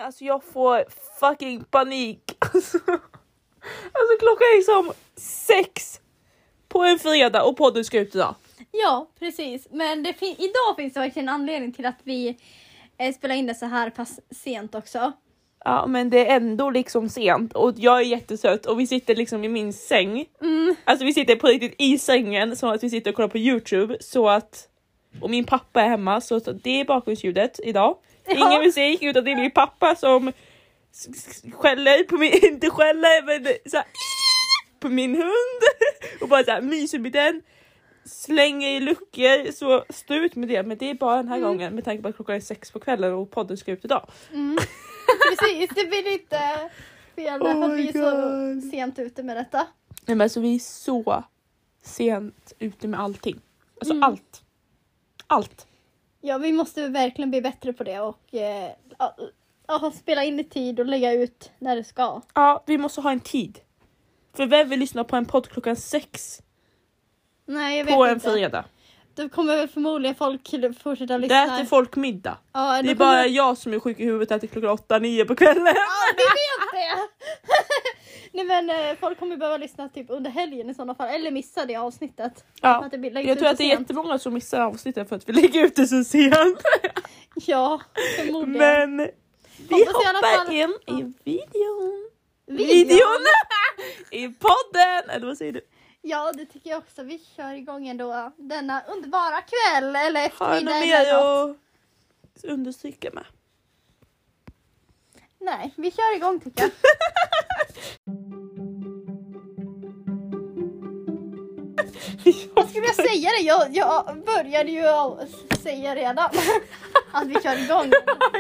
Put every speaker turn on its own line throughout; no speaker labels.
Alltså jag får fucking panik. Alltså klockan är liksom 6 på en fredag och podden ska ut idag.
Ja, precis. Men idag finns det verkligen en anledning till att vi spelar in det så här pass sent också.
Ja, men det är ändå liksom sent och jag är jättesött och vi sitter liksom i min säng. Alltså vi sitter på riktigt i sängen så att vi sitter och kollar på YouTube så att, och min pappa är hemma så det är bakgrundsljudet idag. Ingen musik utan det är min pappa som skäller på min, inte skäller men så här, på min hund och bara så här myser med den. Slänger i luckor, så stå ut med det. Men det är bara den här gången med tanke på att klockan är 6 på kvällen och podden ska ut idag.
Precis, det blir lite fel för att vi är så sent ute med detta.
Nej, men alltså vi är så sent ute med allting. Alltså allt.
Ja, vi måste verkligen bli bättre på det och spela in i tid och lägga ut när det ska.
Ja, vi måste ha en tid. För vem vill lyssna på en podd klockan 6?
Nej, jag vet
på
inte.
En fredag.
Då kommer väl förmodligen folk fortsätta lyssna.
Det äter folk middag.
Ja,
det är bara jag som är sjuk i huvudet att det är klockan 8-9 på kvällen.
Ja, vi vet det! Nej, men folk kommer behöva lyssna typ under helgen i sådana fall. Eller missa det avsnittet.
Ja,
att det
jag tror att det är jättemånga som missar avsnittet för att vi lägger ut det så sent.
Ja, förmodligen.
Men vi hoppar in i videon. I podden, eller vad säger du?
Ja, det tycker jag också. Vi kör igång ändå denna underbara kväll eller eftermiddag.
Har du mer att understryka med?
Nej, vi kör igång tycker jag. Vad skulle jag säga det? Jag började ju säga redan att vi kör igång.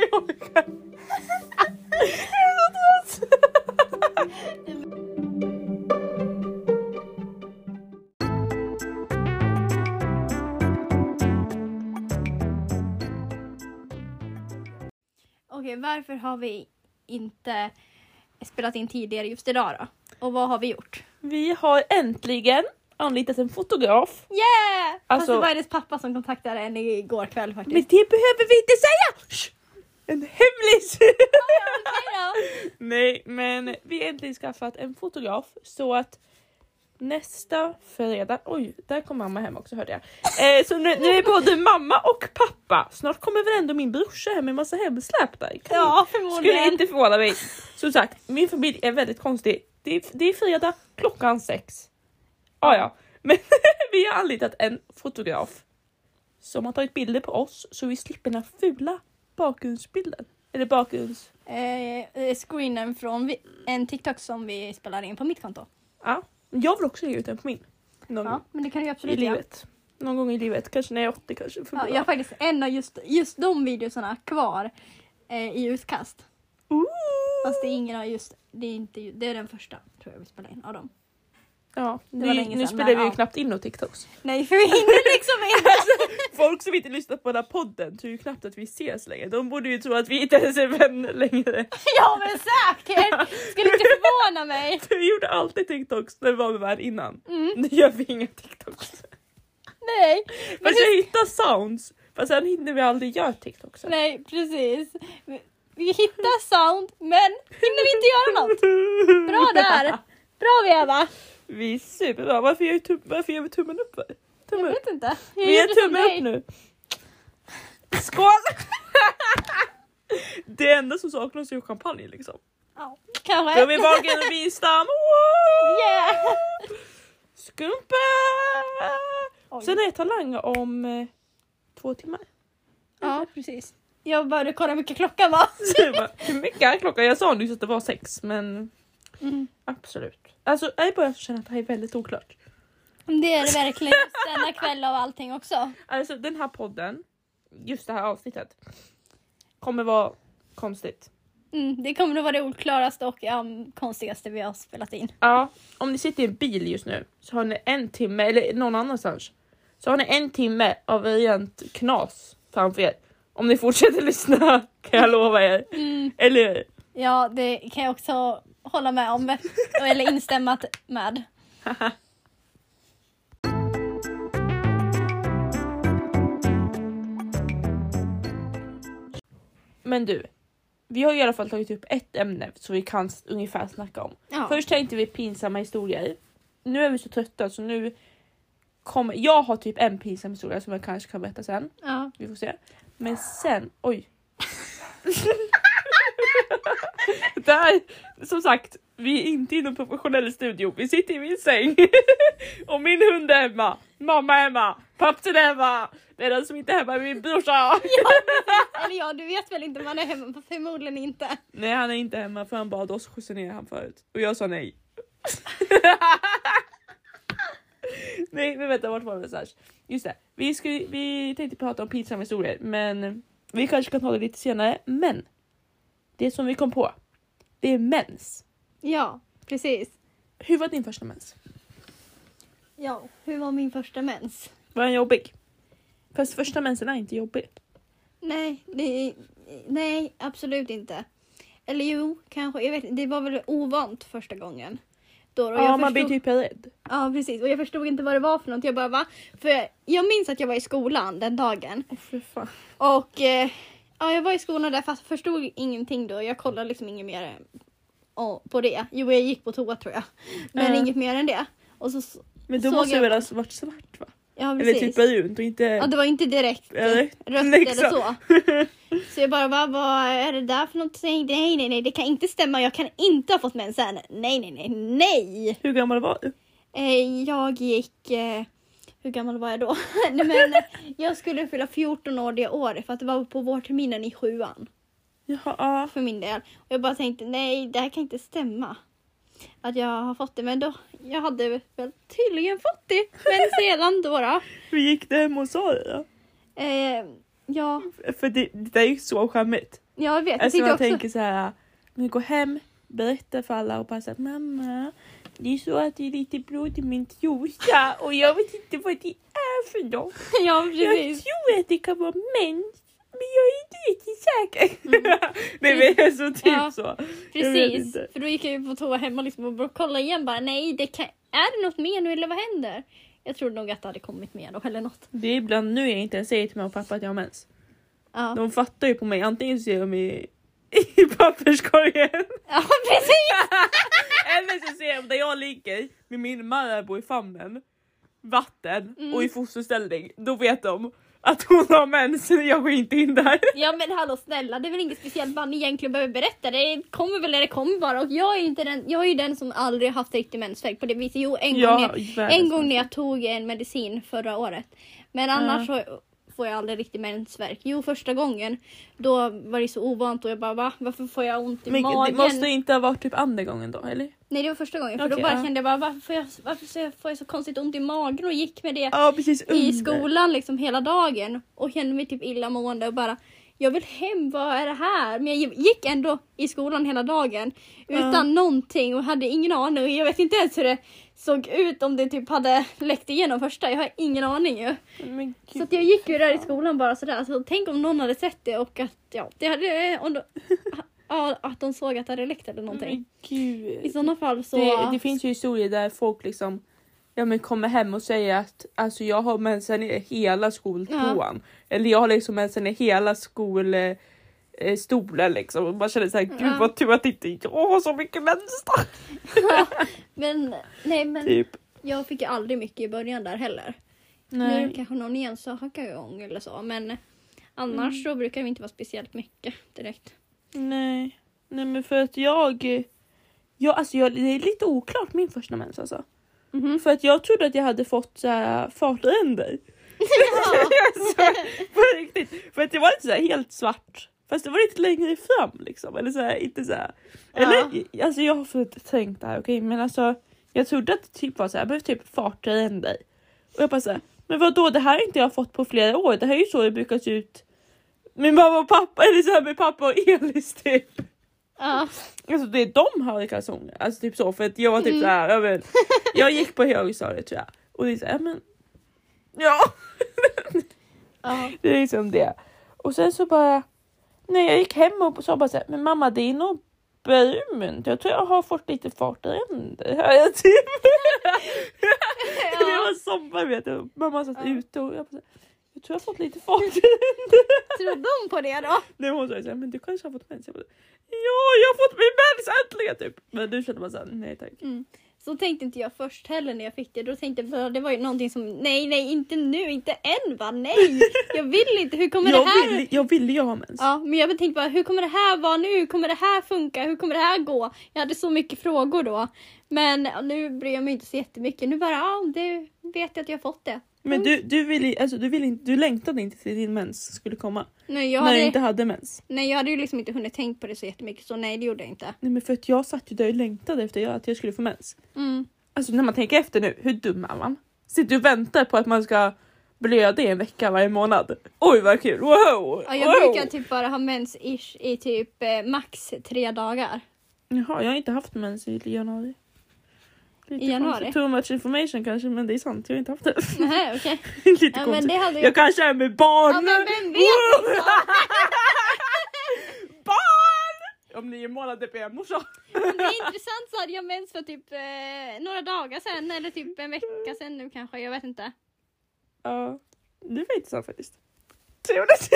Okej, varför har vi inte spelat in tidigare just idag då? Och vad har vi gjort?
Vi har äntligen anlitat en fotograf.
Yeah!
Alltså,
fast det var hennes pappa som kontaktade henne igår kväll faktiskt.
Men det behöver vi inte säga! Shh! En hemlis! Nej, men vi har äntligen skaffat en fotograf så att nästa fredag... Oj, där kom mamma hem också, hörde jag. Så nu är både mamma och pappa. Snart kommer väl ändå min brorsa hem med en massa hemsläp där.
Ja, förmodligen.
Skulle inte förvåna mig. Som sagt, min familj är väldigt konstig. Det är fredag klockan 6. Ja. Men vi har anlitat en fotograf som har tagit bilder på oss så vi slipper den här fula bakgrundsbilden. Eller bakgrunds...
Screenen från en TikTok som vi spelar in på mitt konto.
Ja, jag vill också lägga ut den på min.
Ja, men det kan du absolut
i livet. Någon gång i livet, kanske när jag är 80 kanske.
Ja, jag har faktiskt en av just de videorna kvar i utkast. Fast det är ingen av det är den första tror jag vi spelar in av dem.
Ja,
nu
spelar vi ju knappt in något TikToks.
Nej, för vi hinner liksom inte.
Folk som inte lyssnar på den här podden tror ju knappt att vi ses längre. De borde ju tro att vi inte ens är vänner längre.
Ja, men säkert. Skulle inte förvåna mig.
Vi gjorde alltid TikToks när vi var med världen innan. Nu gör vi inga TikToks.
Nej.
Men jag hittar sounds. Fast sen hinner vi aldrig göra TikToks.
Nej, precis. Vi hittar sound, men hinner inte göra något. Bra där. Bra, Veva.
Vi är superbra. Varför gör vi tummen upp?
Jag vet inte.
Vi gör tummen upp nu. Skål! Det enda som saknas är champagne liksom.
Ja, kanske.
Då är vi vaken och vistam.
Yeah!
Skumpa! Sen är jag talang om 2 timmar.
Ja, precis. Jag började kolla hur mycket klockan var.
Hur mycket är klockan? Jag sa nyss att det var 6, men absolut. Alltså, jag börjar känna att det här är väldigt oklart.
Det är det verkligen. Denna kväll av allting också.
Alltså, den här podden, just det här avsnittet, kommer vara konstigt.
Det kommer nog vara det oklaraste och konstigaste vi har spelat in.
Ja, om ni sitter i en bil just nu så har ni 1 timme, eller någon annanstans, så har ni 1 timme av rent knas framför er. Om ni fortsätter lyssna kan jag lova er. Eller
ja, det kan jag också hålla med om. Eller instämma med.
Men du, vi har i alla fall tagit upp ett ämne så vi kan ungefär snacka om.
Ja.
Först tänkte vi pinsamma historier. Nu är vi så trötta så nu kommer... Jag har typ en pinsam historia som jag kanske kan berätta sen.
Ja.
Vi får se. Men sen... Oj. Där, som sagt, vi är inte i någon professionell studio. Vi sitter i min säng. Och min hund är hemma. Mamma är hemma. Pappsen är hemma. Det är den som inte är hemma, min brorsa.
Eller du vet väl inte om han är hemma, förmodligen inte.
Nej, han är inte hemma för han bad oss skjutsa ner han förut. Och jag sa nej. Nej, men vänta, vart var det så här? Just det, vi tänkte prata om pinsamma historier. Men vi kanske kan ta det lite senare. Men det som vi kom på, det är mens.
Ja, precis.
Hur var din första mens?
Ja, hur var min första mens?
Var den jobbig? Fast första mensen är inte jobbig.
Nej, absolut inte. Eller jo, kanske. Jag vet, det var väl ovant första gången. Då,
Man blir typ rädd.
Ja, precis. Och jag förstod inte vad det var för något. Jag bara, va? För jag minns att jag var i skolan den dagen.
Fy fan.
Och jag var i skolan där fast förstod ingenting då. Jag kollade liksom inget mer på det. Jo, jag gick på toa tror jag. Men inget mer än det. Och så
men då måste det väl ha varit svart va?
Ja, precis.
Eller typ brunt och inte...
Ja, det var inte direkt rött eller så. Så jag bara, vad är det där för någonting? Nej, det kan inte stämma. Jag kan inte ha fått mens än. Nej.
Hur gammal var du?
Jag gick... hur gammal var jag då? Nej, men jag skulle fylla 14 år det året för att det var på vårterminen i 7:an.
Jaha.
För min del. Och jag bara tänkte, nej, det här kan inte stämma. Att jag har fått det, men då, jag hade väl tydligen fått det. Men sedan då.
Hur gick det hem och sa det då?
Ja.
För det är ju så skämmigt.
Jag vet.
Alltså man
också...
tänker så här, men gå hem, berätta för alla och bara så här, mamma, det är så att det är lite blod i min trosa och jag vet inte vad det är för något.
Ja, precis.
Jag tror att det kan vara mens. Men jag är inte riktigt säker. Nej, men så typ så.
Precis. För då gick jag ju på toa hemma liksom och kollade igen bara. Nej, är det något mer nu eller vad händer? Jag trodde nog att det hade kommit mer då eller något.
Det är ibland nu jag inte säger till mig och pappa att jag har mens.
Ja.
De fattar ju på mig. Antingen ser de i papperskorgen.
Ja, precis.
Eller så ser de där jag ligger med min Marabou i famnen. Vatten och i fosterställning. Då vet de att hon har mens, jag går inte in där.
Ja, men hallå snälla, det är väl inget speciellt man egentligen behöver berätta. Det kommer väl när det kommer bara. Och jag är ju den som aldrig haft riktig mensvärk på det viset. Jo, en gång när jag tog en medicin förra året. Men annars så får jag aldrig riktig mensvärk. Jo, första gången då var det så ovant och jag bara, va? Varför får jag ont i magen?
Det måste inte ha varit typ andra gången då, eller?
Nej, det var första gången. För då bara kände jag bara, varför får jag så konstigt ont i magen? Och gick med det i skolan liksom hela dagen. Och kände mig typ illamående och bara, jag vill hem, vad är det här? Men jag gick ändå i skolan hela dagen utan någonting och hade ingen aning. Och jag vet inte ens hur det såg ut, om det typ hade läckt igenom första. Jag har ingen aning ju. Så att jag gick ju där i skolan bara sådär. Så tänk om någon hade sett det och att det hade... att de såg att det hade läckt eller någonting.
Gud.
I sådana fall så...
Det finns ju historier där folk liksom kommer hem och säger att alltså, jag har mensen i hela skoltoan. Eller jag har liksom mensen i hela stolen liksom. Och man känner såhär, gud vad tur att inte jag har så mycket mens.
Men
typ.
Jag fick ju aldrig mycket i början där heller.
Nej.
Nu kanske någon enstaka gång eller så. Men annars så brukar det inte vara speciellt mycket direkt.
Nej men för att jag det är lite oklart min första mens alltså. För att jag trodde att jag hade fått så här fartränder. Alltså, på riktigt. För att det var inte så här helt svart. Fast det var lite längre fram liksom. Eller så här, inte så här. Eller, alltså jag har tänkt det här, okej. Men alltså, jag trodde att det typ var så här, jag behövde typ fartränder. Och jag bara så här, men vadå, det här har inte jag fått på flera år. Det här är ju så det brukar se ut. Min mamma och pappa, eller så här med pappa och Elis typ. Alltså det är de har i kalsonger. Alltså typ så, för att jag var typ så här, jag gick på högstadiet tror jag. Och det är så här, men det är liksom det. Och sen så bara, när jag gick hem och sa bara så här, men mamma det är nog brunt. Jag tror jag har fått lite fartränder. Jag typ. Det var sommar vet du. Mamma satt ute och jag bara, Jag tror jag har fått lite fart.
Trodde de på det då?
Nej, hon sa såhär, men du kanske har fått mens. Jag bara, ja, jag har fått min mens äntligen typ. Men du kände bara såhär, nej tack.
Så tänkte inte jag först heller när jag fick det. Då tänkte jag, för det var ju någonting som, nej, inte nu, inte än va, nej. Jag vill inte, hur kommer det här?
Jag ville ju ha mens.
Ja, men jag tänkte bara, hur kommer det här vara nu? Hur kommer det här funka? Hur kommer det här gå? Jag hade så mycket frågor då. Men nu bryr jag mig inte så jättemycket. Nu bara, det vet jag att jag har fått det.
Men du längtade inte till din mens skulle komma.
Nej,
när du inte hade mens.
Nej, jag hade ju liksom inte hunnit tänkt på det så jättemycket. Så nej, det gjorde jag inte.
Nej, men för att jag satt ju där och längtade efter att jag skulle få mens. Alltså när man tänker efter nu, hur dum är man? Sitter du och väntar på att man ska blöda i en vecka varje månad? Oj vad kul, wow!
Ja, jag brukar typ bara ha mens-ish i typ max 3 dagar.
Jaha, jag har inte haft mens i januari.
I januari?
Too much information kanske, men det är sant, jag har inte haft det.
Nej, okej.
Lite konstigt. Jag kanske är med barn.
Ja, men vem vet liksom?
Barn! Om 9 månader på morsa.
Det är intressant, så hade jag mens för typ några dagar sedan, eller typ en vecka sedan nu kanske, jag vet inte.
Ja, det var intressant faktiskt. Trevligt.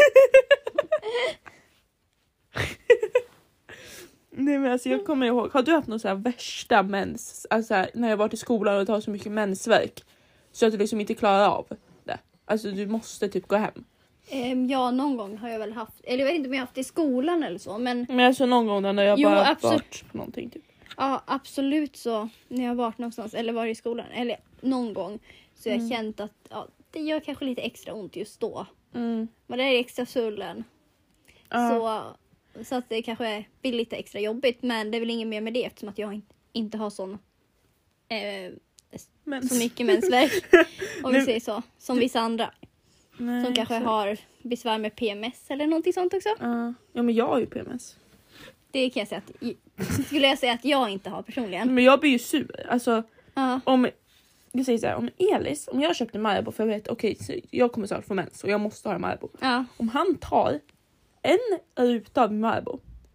Nej men alltså jag kommer ihåg, har du haft någon så här värsta mens? Alltså när jag var i skolan och tar så mycket mensvärk så att du liksom inte klarar av det. Alltså du måste typ gå hem.
Ja, någon gång har jag väl haft, eller jag vet inte om jag haft det i skolan eller så, men
alltså någon gång när jag bara varit på någonting typ.
Ja, absolut så. När jag har varit någonstans eller varit i skolan eller någon gång så jag känt att det gör kanske lite extra ont just då. Men det är extra sullen. Så att det kanske blir lite extra jobbigt, men det är väl inget mer med det eftersom att jag inte har sån så mycket mensvärk om vi säger så, som vissa andra. Nej, som kanske har besvär med PMS eller någonting sånt också.
Ja, men jag har ju PMS.
Det kan jag säga att skulle jag säga att jag inte har personligen.
Men jag blir ju sur. Alltså om jag säger så här, om Elis, om jag köpte Marabou för jag vet så jag kommer snart få mens och jag måste ha Marabou. Om han tar en ruta av Marabou,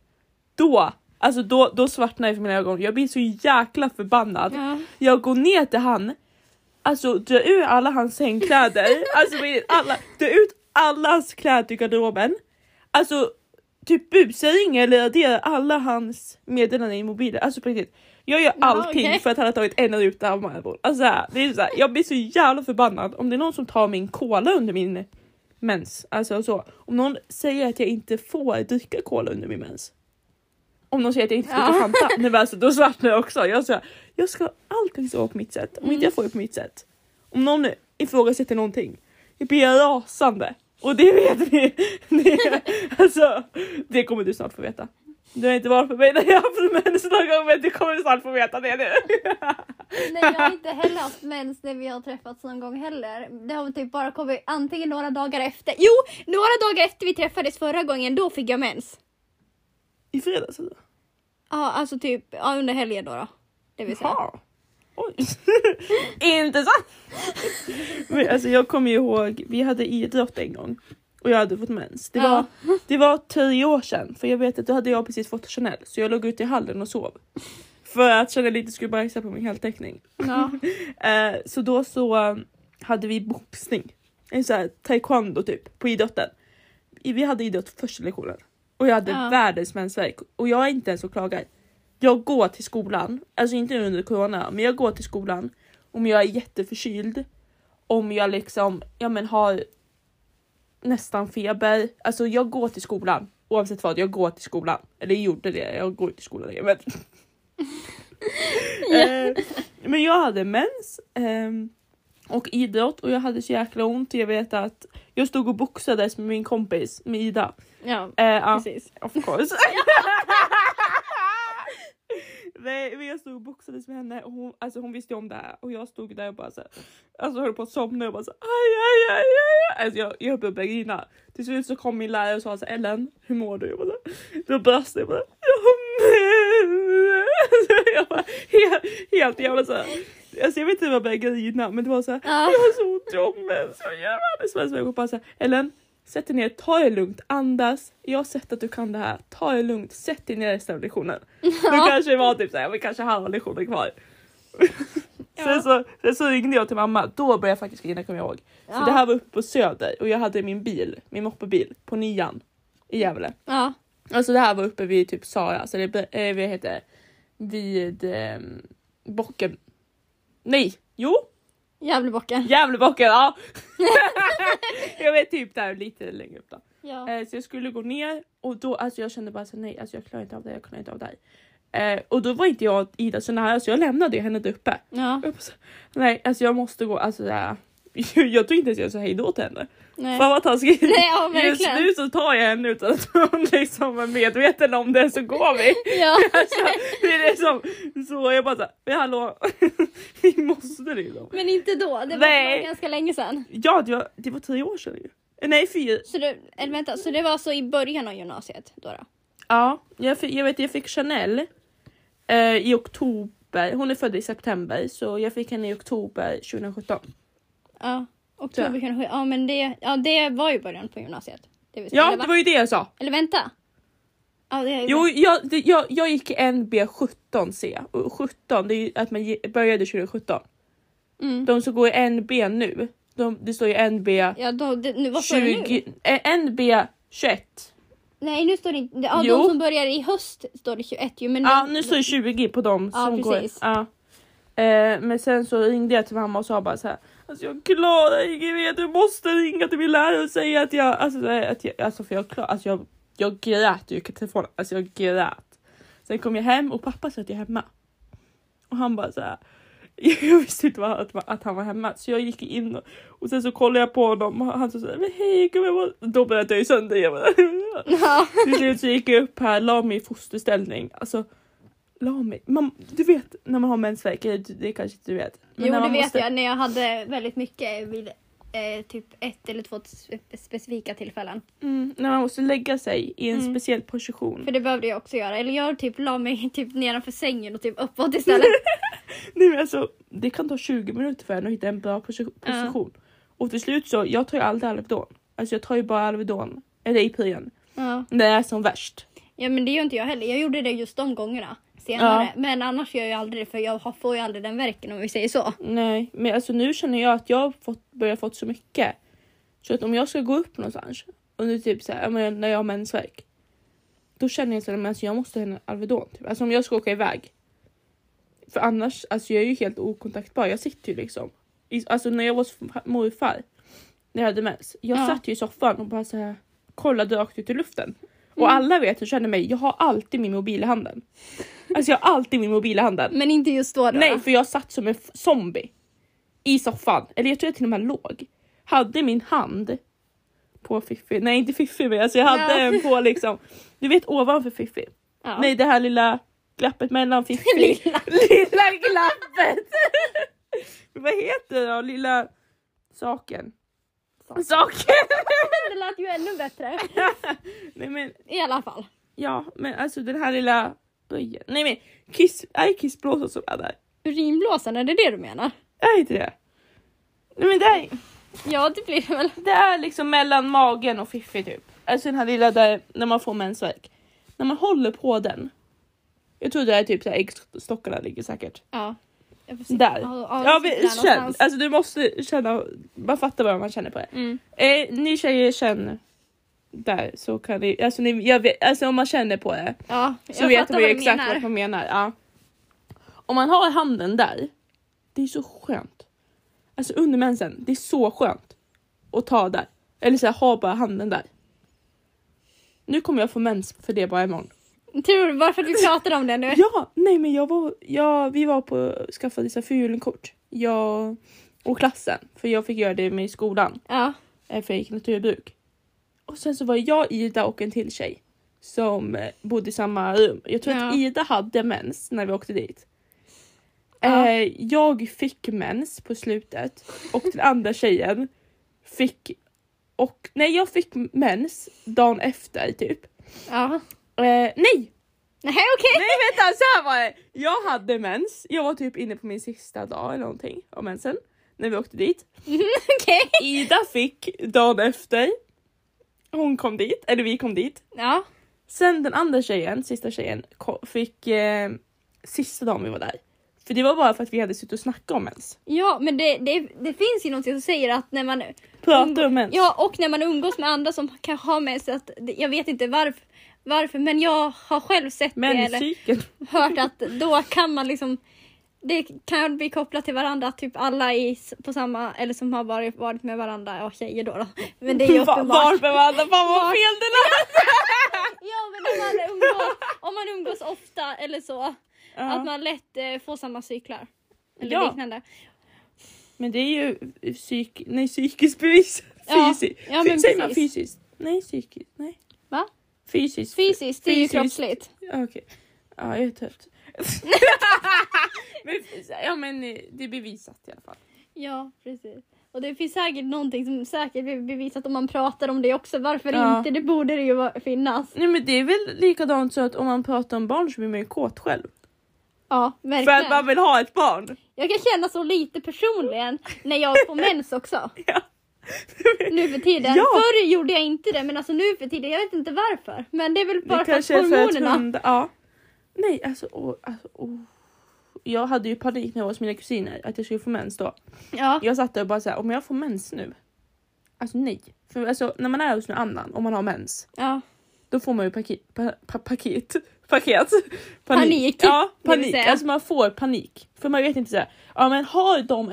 då svartnar det för mina ögon. Jag blir så jäkla förbannad. Jag går ner till han, alltså drar ur alla hans sängkläder, alltså drar ut allas kläder i garderoben, alltså typ busar eller raderar alla hans meddelanden i mobilen, alltså på riktigt. Jag gör allting för att han har tagit en ruta av Marabou. Alltså det är så här, jag blir så jävla förbannad om det är någon som tar min cola under min mens, alltså så. Om någon säger att jag inte får dricka cola under min mens. Om någon säger att jag inte ska dricka Fanta, nej, alltså, då svartnar jag också. Jag ska alltid så på mitt sätt. Om inte jag får det på mitt sätt. Om någon ifrågasätter någonting, jag blir rasande. Och det vet ni. Alltså, det kommer du snart få veta. Du har inte varit på mig när jag har haft mens någon gång, men du kommer snart få veta det nu.
Nej, jag har inte heller haft mens när vi har träffats någon gång heller. Det har typ bara kommit antingen några dagar efter. Jo, några dagar efter vi träffades förra gången, då fick jag mens.
I fredags eller?
Ja, alltså typ under helgen då. Det vill säga.
Oj. Intressant. Men alltså jag kommer ihåg, vi hade idrott en gång. Och jag hade fått mens. Det var 10 år sedan. För jag vet att då hade jag precis fått Chanel. Så jag låg ute i hallen och sov. För att Chanel inte skulle bajsa på min heltäckning. Så då hade vi boxning. En sån här taekwondo typ på idrotten. Vi hade idrott första lektionen. Och jag hade världens mensvärk. Och jag är inte ens så klagar. Jag går till skolan. Alltså inte under corona. Men jag går till skolan. Om jag är jätteförkyld. Om jag liksom har nästan feber. Alltså jag går till skolan. Oavsett vad, jag går till skolan. Eller jag gjorde det. Jag går till skolan. Men jag hade mens. Och idrott. Och jag hade så jäkla ont. Jag vet att jag stod och boxades med min kompis. Med Ida.
Ja, precis.
Of course. Nej, jag stod och boxades med henne. Och hon visste om det här. Och jag stod där och bara så här, alltså höll på att somna och bara så aj. Alltså jag började grina. Till slut så kom min lärare och sa så här, Ellen, hur mår du? Jag bara, då brast jag bara, jag bara helt jävla så här. Alltså jag vet inte vad jag började grina, men det var så här, jag har så ont om mig. Så jag bara så här, Ellen, sätt dig ner, ta det lugnt, andas. Jag har sett att du kan det här. Ta det lugnt, sätt dig ner resten av lektionen. Då kanske det var typ så här, vi kanske har lektioner kvar. Sen så ringde jag till mamma. Då började jag faktiskt grina, kommer jag ihåg. För det här var uppe på Söder. Och jag hade min moppebil på 9 i Gävle.
Ja.
Alltså det här var uppe vid typ Sara. Så det heter vid Bocken. Nej, jo.
Gävlebocken,
ja. Jag vet typ där lite längre upp då.
Ja.
Så jag skulle gå ner. Och då, alltså jag kände bara så nej, alltså jag klarar inte av det. Och då var inte jag Ida så nära, så jag lämnade henne där uppe.
Ja.
Nej, alltså jag måste gå. Alltså jag tror inte ens jag sa hej då till henne.
Nej.
Fan vad taskigt.
Nej, ja,
just nu så tar jag henne utan att hon liksom är medveten om det, så går vi.
Ja.
Alltså, det är liksom, så jag bara såhär, hallå, vi måste liksom.
Men inte då, det var ganska länge sedan.
Ja, det var 3 år sedan. Nej, 4.
Så det var så i början av gymnasiet då?
Ja, jag fick Chanel i oktober. Hon är född i september, så jag fick henne i oktober 2017.
Ja, oktober 2017. Ja, men det var ju början på gymnasiet.
Det var ju det jag sa.
Eller vänta. Ja,
Jo, jag gick i NB17C. Och 17, det är ju att man började 2017. De som går i NB nu, det står ju NB
vad står det nu?
NB 21.
Nej, nu står det inte. Ja, de som börjar i höst står det 21 ju, men
nu står det 20 på dem som
precis.
Går. Ja. Men sen så ringde jag till mamma och sa bara så här: alltså jag klarar inget, du måste ringa till min lärare och säga att jag grät ju i telefonen. Alltså jag grät. Sen kom jag hem och pappa satt jag hemma. Och han bara så här, jag visste inte att han var hemma. Så jag gick in och sen så kollade jag på honom och han sa så här: men hej, då började jag ju sönder. Ja. Till slut så gick jag upp här, la mig i fosterställning. Alltså, du vet när man har mensvärk, det kanske inte du vet. Men
jo, det vet jag, när jag hade väldigt mycket vid typ 1 eller 2 specifika tillfällen.
När man måste lägga sig i en speciell position.
För det behövde jag också göra. Eller jag typ la mig typ nedanför sängen och typ uppåt istället.
Nej, men alltså, det kan ta 20 minuter för en att hitta en bra position. Och till slut så, jag tar ju aldrig Alvedon. Alltså jag tar ju bara Alvedon. Eller Ipren. Det är som värst.
Ja, men det gör inte jag heller. Jag gjorde det just de gångerna senare. Men annars gör jag aldrig det, för jag får ju aldrig den verken, om vi säger så. Nej,
men alltså nu känner jag att jag har börjat få så mycket. Så att om jag ska gå upp någonstans och nu typ så här, när jag har mensvärk, då känner jag så att jag måste ha en Alvedon. Typ. Alltså om jag ska åka iväg. För annars, alltså jag är ju helt okontaktbar. Jag sitter ju liksom. Alltså när jag var morfar, när jag hade mens. Jag satt ju i soffan och bara så här kollade rakt ut i luften. Och alla vet och känner mig, jag har alltid min mobil i handen. Alltså jag har alltid min mobil i handen.
Men inte just då?
Nej, för jag satt som en zombie i soffan. Eller jag tror jag till och med låg. Hade min hand på Fiffi. Nej, inte Fiffi, men alltså jag hade en på liksom, du vet, ovanför Fiffi. Ja. Nej, det här lilla glappet mellan Fiffi. Lilla glappet. Vad heter det då? Lilla saken.
Det lät ju ännu bättre.
Nej, men
i alla fall.
Ja, men alltså den här lilla böjen. Nej, men kissblåsan som är där.
Urinblåsan, är det det du menar?
Är inte det? Nej, men det är...
Ja, det blir det väl.
Det är liksom mellan magen och Fiffi typ. Alltså den här lilla där, när man får mensvärk. När man håller på den. Jag tror det är typ så här äggstockarna ligger säkert. Ja. Där. Känn. Alltså du måste känna. Man fattar vad man känner på det. Ni tjejer känner där, så kan ni. Alltså, jag vet, alltså om man känner på det. Ja, så vet man ju exakt vad man menar. Ja. Om man har handen där. Det är så skönt. Alltså under mensen. Det är så skönt. Att ta där. Eller så här, ha bara handen där. Nu kommer jag få mens för det bara imorgon.
Tror du bara för att vi pratar om det nu?
Ja, nej men vi var på skaffa dessa julenkort. Jag och klassen. För jag fick göra det med i skolan. Ja. För jag gick naturbruk. Och sen så var jag, Ida och en till tjej. Som bodde i samma rum. Jag tror att Ida hade mens när vi åkte dit. Jag fick mens på slutet. Och den andra tjejen fick... jag fick mens dagen efter typ. Ja. Nej,
okej.
Nej, vänta, så här var det. Jag hade mens. Jag var typ inne på min sista dag eller någonting av mensen. När vi åkte dit.
Okej.
Ida fick dagen efter. Hon kom dit, eller vi kom dit. Ja. Sen den andra tjejen, sista tjejen, fick sista dagen vi var där. För det var bara för att vi hade suttit och snackat om mens.
Ja, men det finns ju någonting som säger att när man
pratar om mens.
Ja, och när man umgås med andra som kanske har mens, att jag vet inte varför, men jag har själv sett det eller hört att då kan man liksom, det kan bli kopplat till varandra, typ alla på samma, eller som har varit med varandra, ja, tjejer då. Men det är ju uppenbart.
Var med varandra, fan vad fel det lät.
Ja, men om man umgås ofta eller så, att man lätt får samma cyklar. Eller liknande.
Men det är ju psykiskt bevis. Fysiskt.
Ja, men
säger man fysiskt? Nej, psykiskt. Nej.
Va?
Fysiskt,
det är ju kroppsligt.
Okej. Ja, jag är trött. men det är bevisat i alla fall.
Ja, precis. Och det finns säkert någonting som säkert blir bevisat om man pratar om det också. Varför inte? Det borde det ju finnas.
Nej, men det är väl likadant så att om man pratar om barn så blir man ju kåt själv.
Ja, verkligen.
För att man vill ha ett barn.
Jag kan känna så lite personligen när jag får mens också.
Ja.
Nu för tiden. Ja. Förr gjorde jag inte det, men alltså nu för tiden, jag vet inte varför. Men det är väl bara för att hormonerna.
Ja. Nej, alltså, jag hade ju panik när jag var hos mina kusiner att jag skulle få mens då.
Ja.
Jag satt där och bara så här, om jag får mens nu. Alltså nej. För alltså, när man är hos någon annan, om man har mens.
Ja.
Då får man ju panik. Ja, panik. Alltså man får panik. För man vet inte så här, ja men har de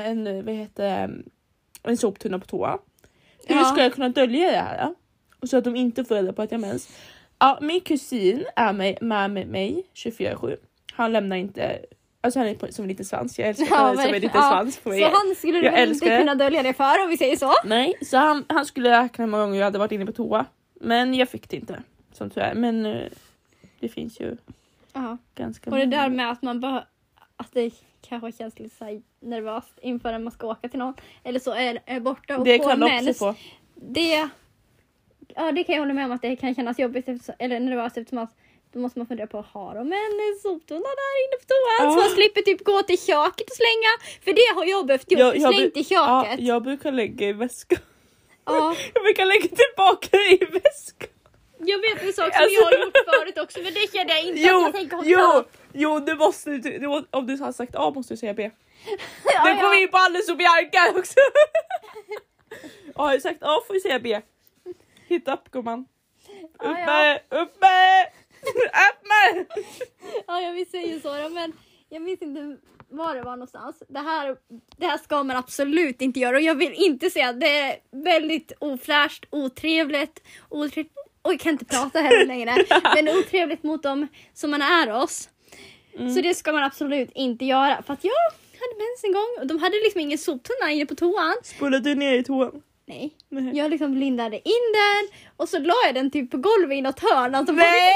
en soptunna på toa? Hur ska jag kunna dölja det här? Ja? Och så att de inte får reda på att jag har mens. Ja, min kusin är med mig 24/7. Han lämnar inte, alltså han är som en liten svans. Jag älskar som en liten svans på mig.
Så han skulle inte kunna dölja det för, om vi säger så.
Nej, så han skulle räkna hur många gånger jag hade varit inne på toa. Men jag fick det inte, som tyvärr. Men det finns ju ganska
och det där med att man att det kanske känns lite så här nervöst inför när man ska åka till någon. Eller så är borta och
det
får
kan
mens.
Också få.
Det kan jag hålla med om, att det kan kännas jobbigt eller nervöst, eftersom att då måste man fundera på, har de en soptunna där inne på toan? Så man slipper typ gå till köket och slänga. För det har jag behövt gjort, slängt i köket.
Ja, jag brukar lägga i väskan. Ja. Jag brukar lägga tillbaka i väskan.
Jag vet en sak som jag har gjort förut också, men det kände jag inte att jag tänker
Jo, du måste, om du har sagt A måste du säga B. Nu går vi in på Alice och Bianca också. Har jag sagt A får du säga B. Hit up, gumman. Upp med!
Ja, jag vill säga så, men jag vet inte var det var någonstans. Det här ska man absolut inte göra, och jag vill inte säga att det är väldigt ofräscht, otrevligt. Och jag kan inte prata heller längre. Men otrevligt mot dem som man är oss. Så det ska man absolut inte göra. För att jag hade mens en gång och de hade liksom ingen soptunna inne på toan.
Spolade du ner i toan?
Nej. Jag liksom lindade in den och så la jag den typ på golvet i något hörn. Alltså,
nej!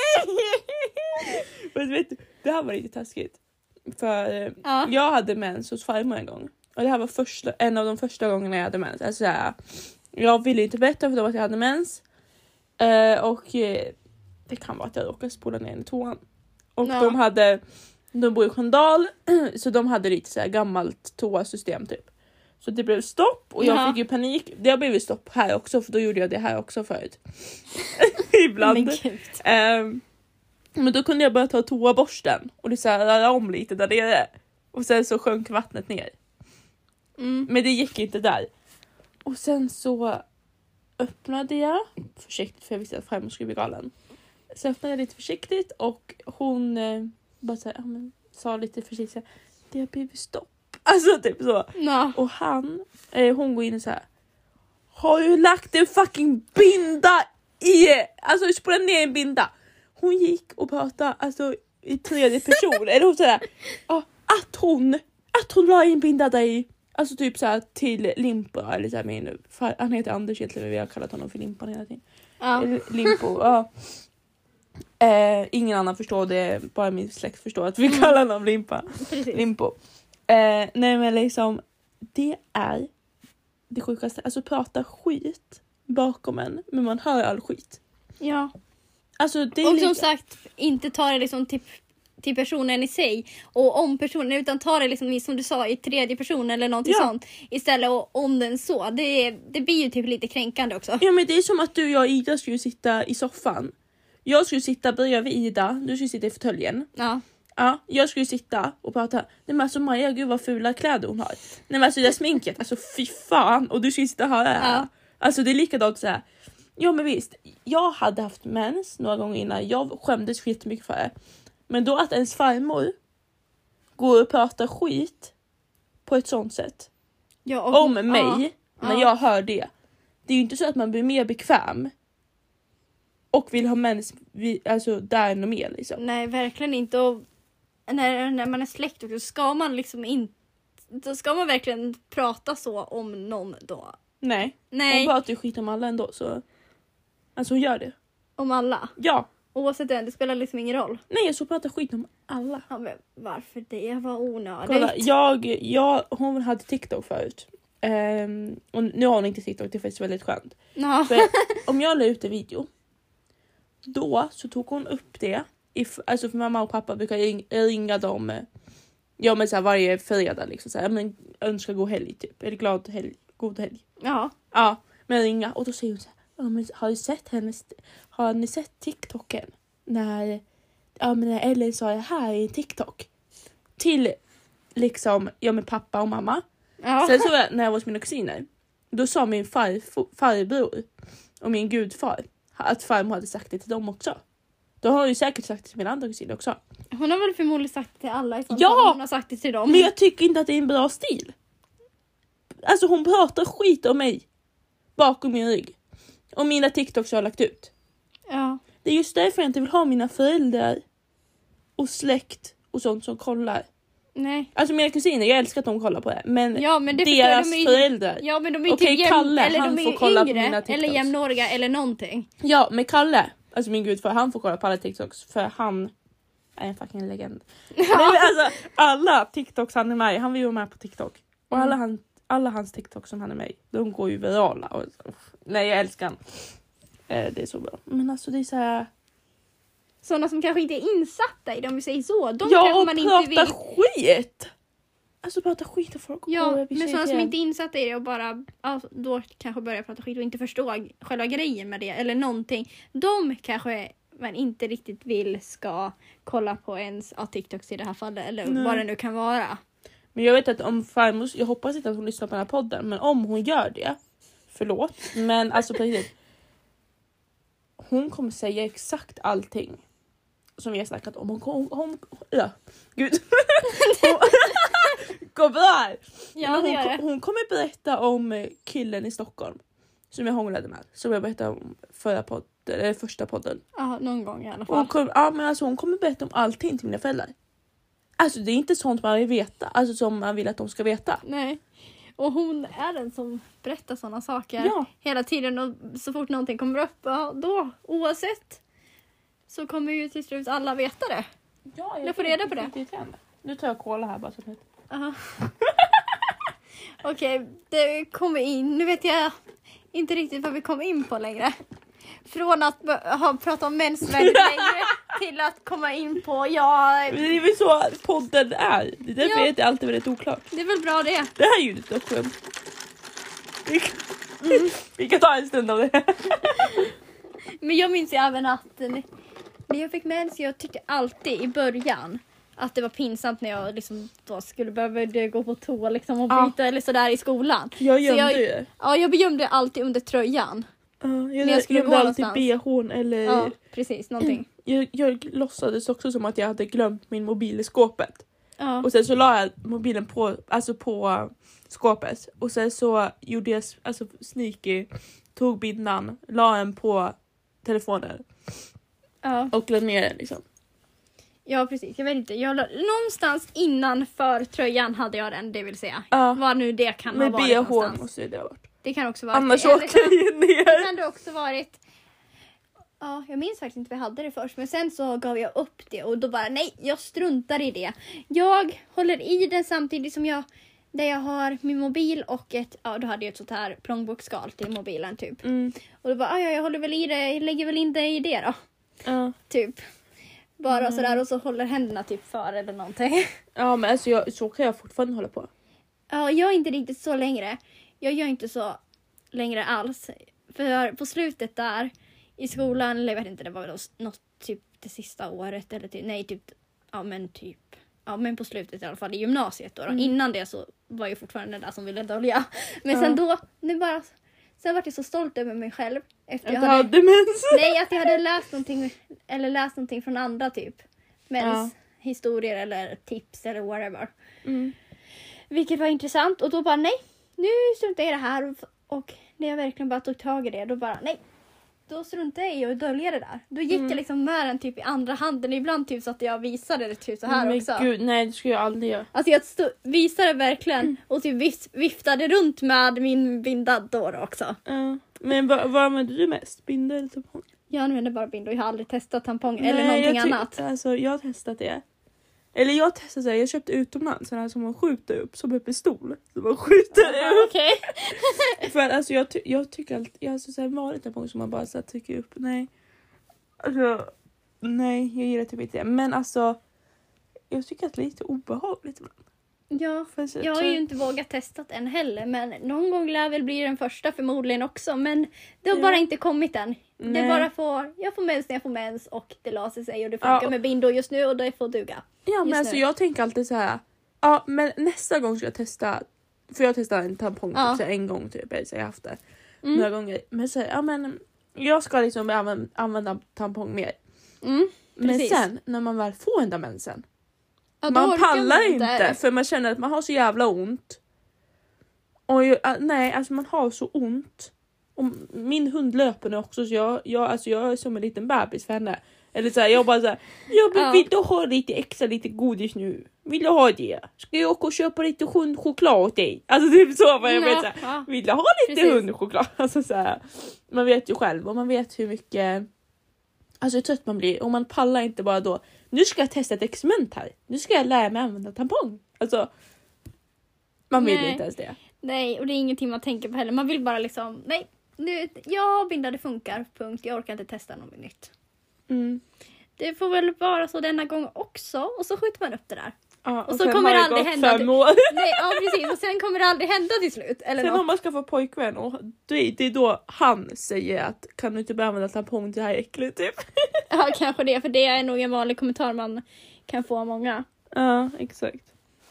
Men vet du, det här var lite taskigt. För jag hade mens hos farmor en gång. Och det här var en av de första gångerna jag hade mens. Alltså jag ville inte berätta för att jag hade mens. Och det kan vara att jag råkade spola ner i toan. Och de bor i Sköndal, så de hade lite så här gammalt toasystem typ. Så det blev stopp och jag fick ju panik. Det har blivit stopp här också, för då gjorde jag det här också förut. Ibland. Men då kunde jag bara ta toaborsten och det så här röra om lite där nere. Och sen så sjönk vattnet ner. Men det gick inte där. Och sen så öppnade jag försiktigt, för jag visste att farmor skulle bli galen. Så öppnade jag lite försiktigt och hon bara så här, sa lite försiktigt, det har blivit stopp. Alltså typ så. No. Och hon går in och så här, har du lagt en fucking binda i? Alltså spola ner en binda. Hon gick och pratade alltså i tredje person. Eller hon sådär, att hon la in binda där i. Alltså typ så här till Limpa eller så här, han heter Anders egentligen, vi har kallat honom för Limpan hela tiden. Limpo, ingen annan förstår det, bara min släkt förstår att vi kallar honom Limpa. Limpo. Nej men liksom, det är det sjukaste. Alltså prata skit bakom en, men man hör all skit.
Ja.
Alltså, det är
och som sagt, inte ta det liksom till personen i sig och om personen, utan ta det liksom som du sa i tredje person eller någonting sånt istället, och om den så. Det blir ju typ lite kränkande också.
Ja, men det är som att du, jag och Ida skulle sitta i soffan. Jag skulle sitta bredvid Ida, du skulle sitta i fåtöljen.
Ja.
Ja, jag skulle sitta och prata. Nej men alltså Maja, gud vad fula kläder hon har. Nej men alltså det sminket, alltså fy fan. Och du skulle sitta här. Ja. Alltså det är likadant så här. Ja men visst, jag hade haft mens några gånger innan. Jag skämdes skitmycket för det. Men då att ens farmor går och pratar skit på ett sånt sätt. Ja, och om mig, när jag hör det. Det är ju inte så att man blir mer bekväm. Och vill ha mens alltså där ännu mer liksom.
Nej, verkligen inte. Och när man är släkt så ska man liksom inte... Då ska man verkligen prata så om någon då.
Nej. Hon pratar ju skit om alla ändå så... Alltså hon gör det.
Om alla?
Ja.
Oavsett det spelar liksom ingen roll.
Nej, jag så pratar skit om alla.
Ja, men varför det? Var onödigt.
Kolla, hon hade TikTok förut. Och nu har hon inte TikTok, det är faktiskt väldigt skönt.
No.
För om jag la ut en video, då så tog hon upp det. Alltså för mamma och pappa brukar ringa dem. Ja men så här, varje fredag liksom så här, men önskar god helg typ. Eller god helg.
Ja.
Ja, men ringa och då säger hon så här. Ja, men har ni sett TikToken? När Ellen sa det här i TikTok. Till liksom, med pappa och mamma. Ja. Sen så när jag var hos mina kusiner. Då sa min farbror och min gudfar att farmor hade sagt det till dem också. Då har hon ju säkert sagt det till mina andra kusiner också.
Hon har väl förmodligen sagt det till alla.
Ja!
Hon har sagt det till dem.
Men jag tycker inte att det är en bra stil. Alltså hon pratar skit om mig. Bakom min rygg. Och mina TikToks har lagt ut. Ja. Det är just därför jag inte vill ha mina föräldrar och släkt och sånt som kollar. Nej. Alltså mina kusiner, jag älskar att de kollar på det. Men, men det deras föräldrar.
Ja, men de är typ
Kalle,
eller
han
de är
får kolla
yngre,
på mina TikToks.
eller jämnåriga eller någonting.
Ja, men Kalle, alltså min gudfar, han får kolla på alla TikToks. För han är en fucking legend. Ja. Nej, men alltså, alla TikToks han är med, han vill ju vara med på TikTok. Och alla hans TikToks som han är med i, de går ju virala. Och, nej, jag älskar han. Det är så bra. Men alltså det är så här...
Sådana som kanske inte är insatta i, om vi säger så. De kanske man inte vill...
skit! Alltså prata skit och folk.
Ja, men sådana som inte är insatta i det och bara då kanske börjar prata skit och inte förstå själva grejen med det eller någonting. De kanske man inte riktigt vill ska kolla på ens TikToks i det här fallet eller vad det nu kan vara.
Men jag vet att om farmor, jag hoppas inte att hon lyssnar på den här podden, men om hon gör det, förlåt, men alltså precis, hon kommer säga exakt allting som vi har snackat om. Gud. Gå bra. Ja, hon kommer berätta om killen i Stockholm som jag hånglade med, som jag berättade om första podden.
Ja, någon gång i alla fall.
Hon kommer berätta om allting till mina föräldrar. Alltså det är inte sånt man vill veta. Alltså som man vill att de ska veta.
Nej. Och hon är den som berättar sådana saker hela tiden. Och så fort någonting kommer upp, då oavsett så kommer ju till slut alla veta det.
Ja,
jag får reda på det.
Nu tar jag cola här bara så att
Okej, det kommer in. Nu vet jag inte riktigt vad vi kommer in på längre. Från att ha pratat om mens väldigt länge till att komma in på
det är väl så podden är. Det är därför är det alltid väldigt oklart.
Det är väl bra det.
Det här är ju lite skönt. Vi kan ta en stund av det.
Men jag minns ju även att när jag fick mens, jag tyckte alltid i början att det var pinsamt när jag liksom då skulle behöva gå på toa liksom och byta eller sådär i skolan.
Jag gömde det.
Ja, jag gömde alltid under tröjan.
Jag skulle gå alltid BH:n eller...
Ja, precis, någonting.
Jag låtsades också som att jag hade glömt min mobil i skåpet. Och sen så la jag mobilen på skåpet. Och sen så gjorde jag sneaky, tog bindan, la den på telefonen. Och glömde ner den liksom.
Ja, precis. Jag vet inte. Någonstans innanför tröjan hade jag den, det vill säga. Vad nu det kan ha varit någonstans.
Med BH:n måste det ha varit.
Det kan också vara.
Annars åker jag ner.
Det kan det också varit. Ja, jag minns faktiskt inte vad jag hade det först. Men sen så gav jag upp det. Och då bara, nej, jag struntar i det. Jag håller i den samtidigt som där jag har min mobil och då hade jag ett sånt här plånboksskal till mobilen typ. Och då bara, jag håller väl i det, jag lägger väl in det i det då. Typ. Bara sådär och så håller händerna typ för eller någonting. Ja,
men alltså så kan jag fortfarande hålla på.
Ja, jag är inte riktigt så längre. Jag gör inte så längre alls. För på slutet där i skolan, eller jag vet inte, det var väl något typ det sista året eller typ Ja men typ. Ja men på slutet i alla fall i gymnasiet då. Innan det så var jag fortfarande den där som ville dölja. Men sen då, sen var jag så stolt över mig själv. Efter jag hade
demens.
Nej, att jag hade läst någonting från andra typ. Historier eller tips eller whatever. Vilket var intressant. Och då bara nej, nu struntar jag i det här. Och när jag verkligen bara tog tag i det, då bara nej. Då struntade jag i att dölja det där. Då gick jag liksom med den typ i andra handen. Ibland typ så att jag visade det typ så här också.
Gud, nej det skulle jag aldrig göra.
Alltså jag visade verkligen och typ viftade runt med min binda då också.
Men vad använder du mest? Binda eller tampong?
Jag använder bara binda. Jag har aldrig testat tampong eller någonting annat.
Alltså jag har testat det. Eller jag testade så här, jag köpte utomlands sådana här som man skjuter upp som en pistol. Så man skjuter upp.
Okej.
För att alltså jag tycker alltid, jag har så här vanligt tampong som man bara så här, trycker upp. Nej. Alltså, nej, jag gillar typ inte det. Men alltså, jag tycker att det är lite obehagligt ibland.
Ja, jag har ju inte vågat testat än heller. Men någon gång lär väl bli den första förmodligen också. Men det har bara inte kommit än. Det är bara jag får mens när jag får mens. Och det löser sig och det funkar med bindor just nu. Och det får duga.
Ja men alltså jag tänker alltid så här. Ja men nästa gång ska jag testa. För jag testade en tampong typ, så en gång typ. Så jag har haft det några gånger. Men så ja men jag ska liksom använda tampong mer. Men sen när man väl får den där mensen. Ja, man pallar inte för man känner att man har så jävla ont. Och nej, alltså man har så ont. Och min hund löper nu också så jag är som en liten bebis för henne. Eller så här, jag bara så här, vill du ha lite godis nu? Vill du ha det? Ska jag åka och köpa lite hundchoklad åt dig? Alltså typ så var jag vet så här, vill du ha lite hundchoklad? Alltså så här, man vet ju själv och man vet hur mycket alltså hur trött man blir och man pallar inte bara då. Nu ska jag testa ett experiment här. Nu ska jag lära mig använda tampong. Alltså man vill inte ens det.
Nej, och det är ingenting man tänker på heller. Man vill bara liksom, nej, nu, jag bindar det funkar, punkt. Jag orkar inte testa något nytt. Det får väl vara så denna gång också. Och så skjuter man upp det där.
Ja,
och så kommer det aldrig hända. Nej, ja, precis. Och sen kommer det aldrig hända till slut. Eller
sen om man ska få pojkvän och det är då han säger att kan du inte börja använda tampong, det här är äckligt typ.
Ja, kanske det. För det är nog en vanlig kommentar man kan få av många.
Ja, exakt.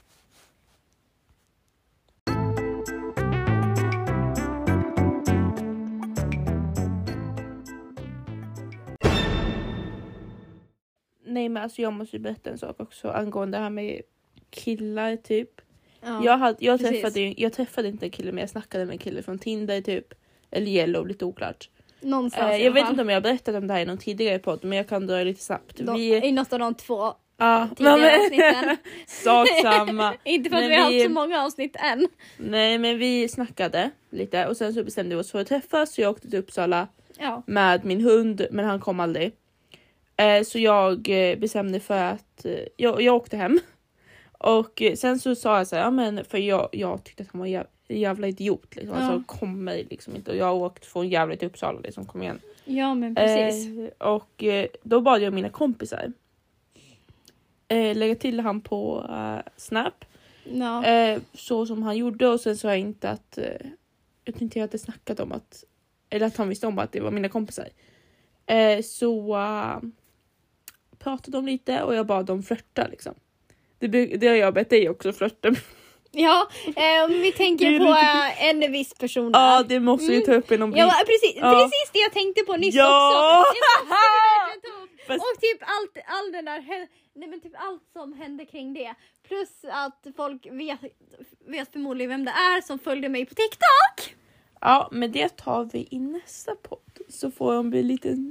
Nej men alltså jag måste berätta en sak också angående det här med killar typ. Ja, jag träffade inte en kille men jag snackade med en kille från Tinder typ. Eller Yellow, lite oklart.
Någonstans
jag vet inte om jag har berättat om det här i någon tidigare podd men jag kan dra lite snabbt.
I något av de 2
tidigare avsnitten. Sak samma.
Inte för att vi har haft så många avsnitt än.
Nej men vi snackade lite och sen så bestämde vi oss för att träffas så jag åkte till Uppsala med min hund men han kom aldrig. Så jag bestämde för att jag åkte hem. Och sen så sa jag så här, ja men för jag tyckte att han var jävla idiot liksom. Alltså kom mig liksom inte. Och jag åkte från jävligt till Uppsala liksom, kom igen.
Ja men precis.
Och då bad jag mina kompisar lägga till han på Snap. Så som han gjorde och sen sa jag inte att jag tänkte jag hade snackat om att eller att han visste om att det var mina kompisar. Så pratade de lite och jag bad dem flörta liksom. Det har jag bett dig också flörta.
Ja, om vi tänker på en viss person där.
Ja, det måste vi ta upp i någon bild.
Ja, precis det jag tänkte på nyss också. Och typ allt den där, nej men typ allt som hände kring det. Plus att folk vet förmodligen vem det är som följde mig på TikTok.
Ja, men det tar vi i nästa podd. Så får de bli lite...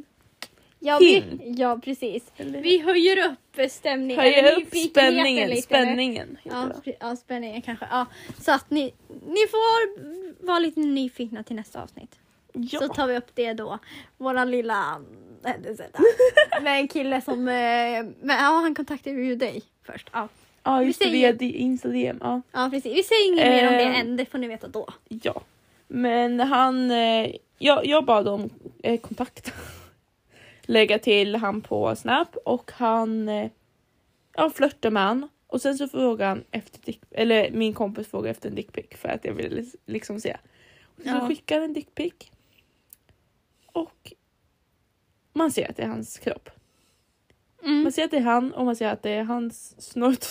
Ja, precis. Vi höjer upp stämningen.
Höjer upp spänningen.
Ja, spänningen kanske. Ja, så att ni får vara lite nyfikna till nästa avsnitt. Ja. Så tar vi upp det då. Våran lilla händelse där. Med en kille som... han kontaktade ju dig först.
Ja, just det. Via Instagram.
Ja, precis. Vi säger inget mer om det än. Det får ni veta då.
Ja. Men han... Jag bad om kontakt. Lägga till han på Snap och han flörtade med han och sen så frågade han efter min kompis frågade efter en dickpic för att jag ville liksom se. Och så skickade han en dickpic och man ser att det är hans kropp. Man säger att det är han och man säger att det är hans snort.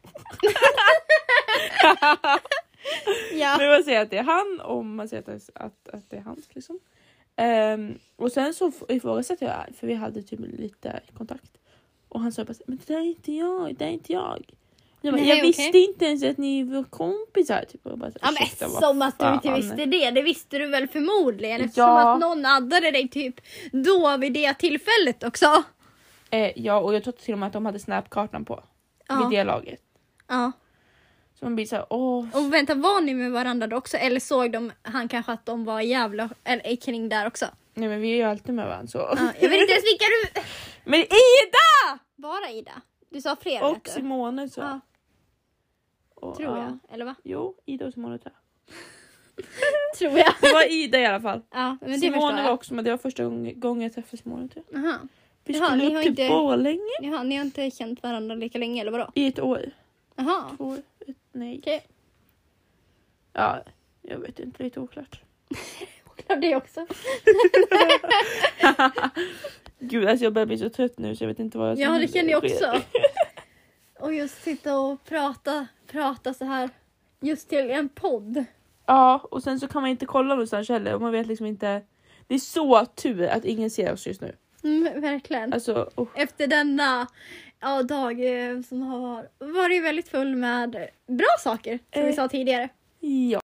Ja.
Men man säger att det är han och man säger att det är hans liksom. Och sen så ifrågasätter jag, för vi hade typ lite kontakt. Och han sa bara, men det där är inte jag. Jag visste inte ens att ni var kompisar. Typ, och bara,
ja, men som att du inte visste det. Det visste du väl förmodligen. Eftersom att någon addade dig typ då vid det tillfället också.
Ja, och jag tror till och med att de hade snapkartan på. Vid det laget.
Ja.
Så man blir såhär,
Och vänta, var ni med varandra då också? Eller såg han kanske att de var jävla kring där också?
Nej, men vi är ju alltid med varandra så.
Ja, jag vet inte ens vilka du...
Men Ida!
Bara Ida? Du sa flera.
Och Simone så.
Ja.
Och,
tror jag, eller va?
Jo, Ida och Simone tror jag.
Tror jag.
Det var Ida i alla fall.
Ja, men det
Simone var också, men det var första gången jag träffade Simone tror jag.
Aha.
Vi skulle upp till Borlänge.
Jaha, ni har inte känt varandra lika länge, eller vadå?
I ett år.
Jaha.
2 år. Nej.
Okej.
Ja, jag vet inte, lite oklart.
Oklart det också.
Gud, alltså jag börjar bli så trött nu så jag vet inte vad jag ska.
Ja, det känner jag också. Och just sitta och prata så här just till en podd.
Ja, och sen så kan man inte kolla någonstans heller och man vet liksom inte. Det är så tur att ingen ser oss just nu.
Verkligen.
Alltså,
efter denna dag som har varit väldigt full med bra saker, som vi sa tidigare.
Ja.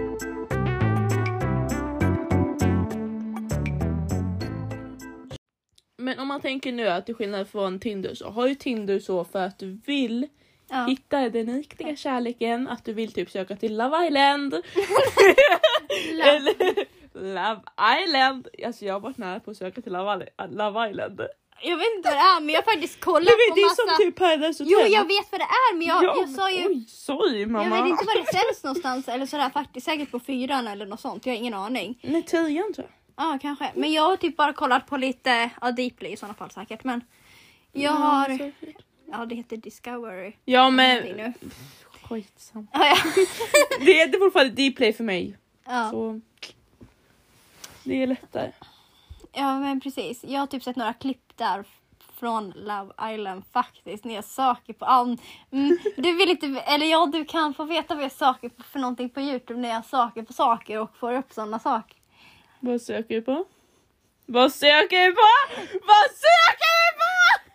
Men om man tänker nu att till skillnad från Tinder så har ju Tinder så för att du vill hitta den riktiga kärleken, att du vill typ söka till Love Island. Eller Love Island. Alltså jag har varit nära på att söka till Love Island.
Jag vet inte vad det är, men jag har faktiskt kollat på
det är
massa...
som typ Paradise Hotel.
Jo, jag vet vad det är, men jag sa ju...
Oj, sorry mamma.
Jag vet inte vad det säljs någonstans, eller sådär faktiskt. Säkert på 4 eller något sånt, jag har ingen aning.
Nej, 10 tror jag.
Ja, kanske. Men jag har typ bara kollat på lite, Deeply i sådana fall säkert. Men jag har... Ja, det heter Discovery.
Ja, men... Skitsamt.
Ja.
Det är fortfarande Dplay för mig.
Ja.
Så... Det är lättare.
Ja, men precis. Jag har typ sett några klipp där från Love Island faktiskt. När jag söker på... du vill inte... Eller ja, du kan få veta vad jag söker på för någonting på YouTube när jag söker på saker och får upp sådana saker.
Vad söker du på? Vad söker du på? Vad söker du på?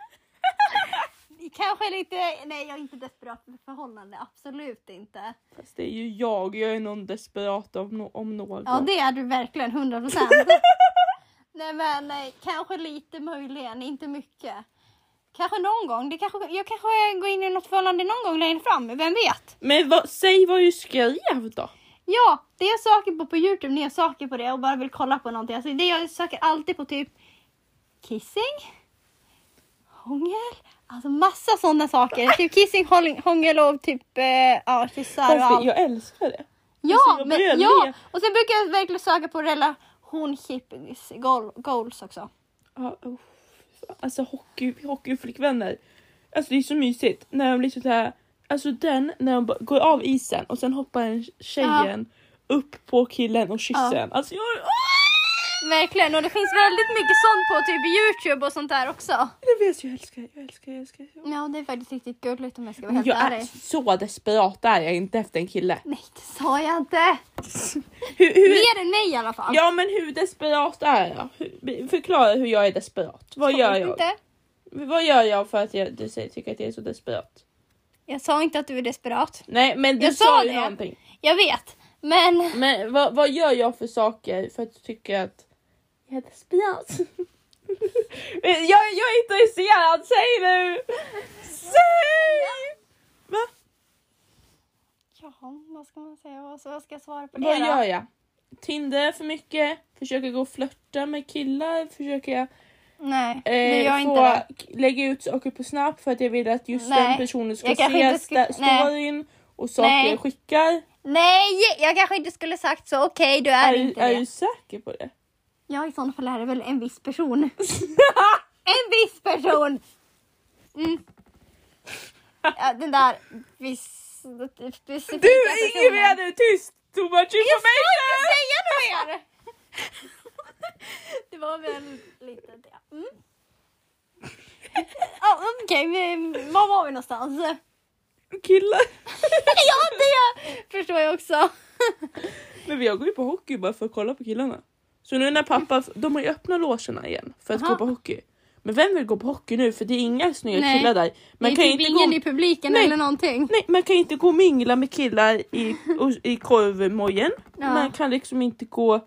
Kanske lite... Nej, jag är inte desperat för förhållande. Absolut inte.
Fast det är ju jag. Jag är någon desperat om någon.
Ja, det är du verkligen. 100%. Nej, men kanske lite möjligen. Inte mycket. Kanske någon gång. Jag kanske går in i något förhållande någon gång längre fram. Vem vet?
Men säg vad du skrev då.
Ja, det jag söker på YouTube när jag söker på det och bara vill kolla på någonting. Alltså det jag söker alltid på typ kissing, hångel, alltså massa sådana saker. Typ kissing, hångel och typ kyssar och allt.
Jag älskar det.
Ja, och sen brukar jag verkligen söka på relationship goals också.
Ja, alltså hockeyflickvänner. Alltså det är så mysigt när de blir så här. Alltså när de går av isen och sen hoppar en tjejen upp på killen och kysser en. Alltså
verkligen, och det finns väldigt mycket sånt på typ YouTube och sånt där också.
Jag vet, jag älskar.
Ja, det är faktiskt riktigt gulligt om jag ska vara helt ärlig.
Jag är så desperat är jag inte efter en kille.
Nej, det sa jag inte.
Mer
än mig i alla fall.
Ja, men hur desperat är jag? Förklara hur jag är desperat. Vad gör jag?
Inte.
Vad gör jag för att du tycker att jag är så desperat?
Jag sa inte att du är desperat.
Nej, men du sa ju någonting.
Jag vet, men
vad gör jag för saker för att du tycker att jag är desperat? jag är intresserad, säg nu! Säg! Va?
Ja, vad ska man säga? Vad ska jag svara på det
Vad
då?
gör jag? Tinder för mycket? Försöker gå och flirta med killar? Försöker jag...
Nej, det gör inte det.
Lägga ut saker på Snap för att jag vill att just den personen ska se storyn och saker jag skickar.
Nej, jag kanske inte skulle sagt så. Okej, du är inte det.
Är du säker på det?
Ja, i sådana fall är det väl en viss person. En viss person! Ja, den där specifika
du, ingen mer är tyst! Too much information!
Jag ska inte säga något mer! Det var väl lite det. okej, var var vi någonstans?
Killar.
Ja, det förstår jag också.
Men jag går ju på hockey bara för att kolla på killarna. Så nu när pappa, de har ju öppnat logerna igen för att gå på hockey. Men vem vill gå på hockey nu? För det är inga snygga killar där. Man
det
kan
är
inte
ingen
gå...
i publiken eller någonting.
Nej, man kan inte gå och mingla med killar i korvmojen. Ja. Man kan liksom inte gå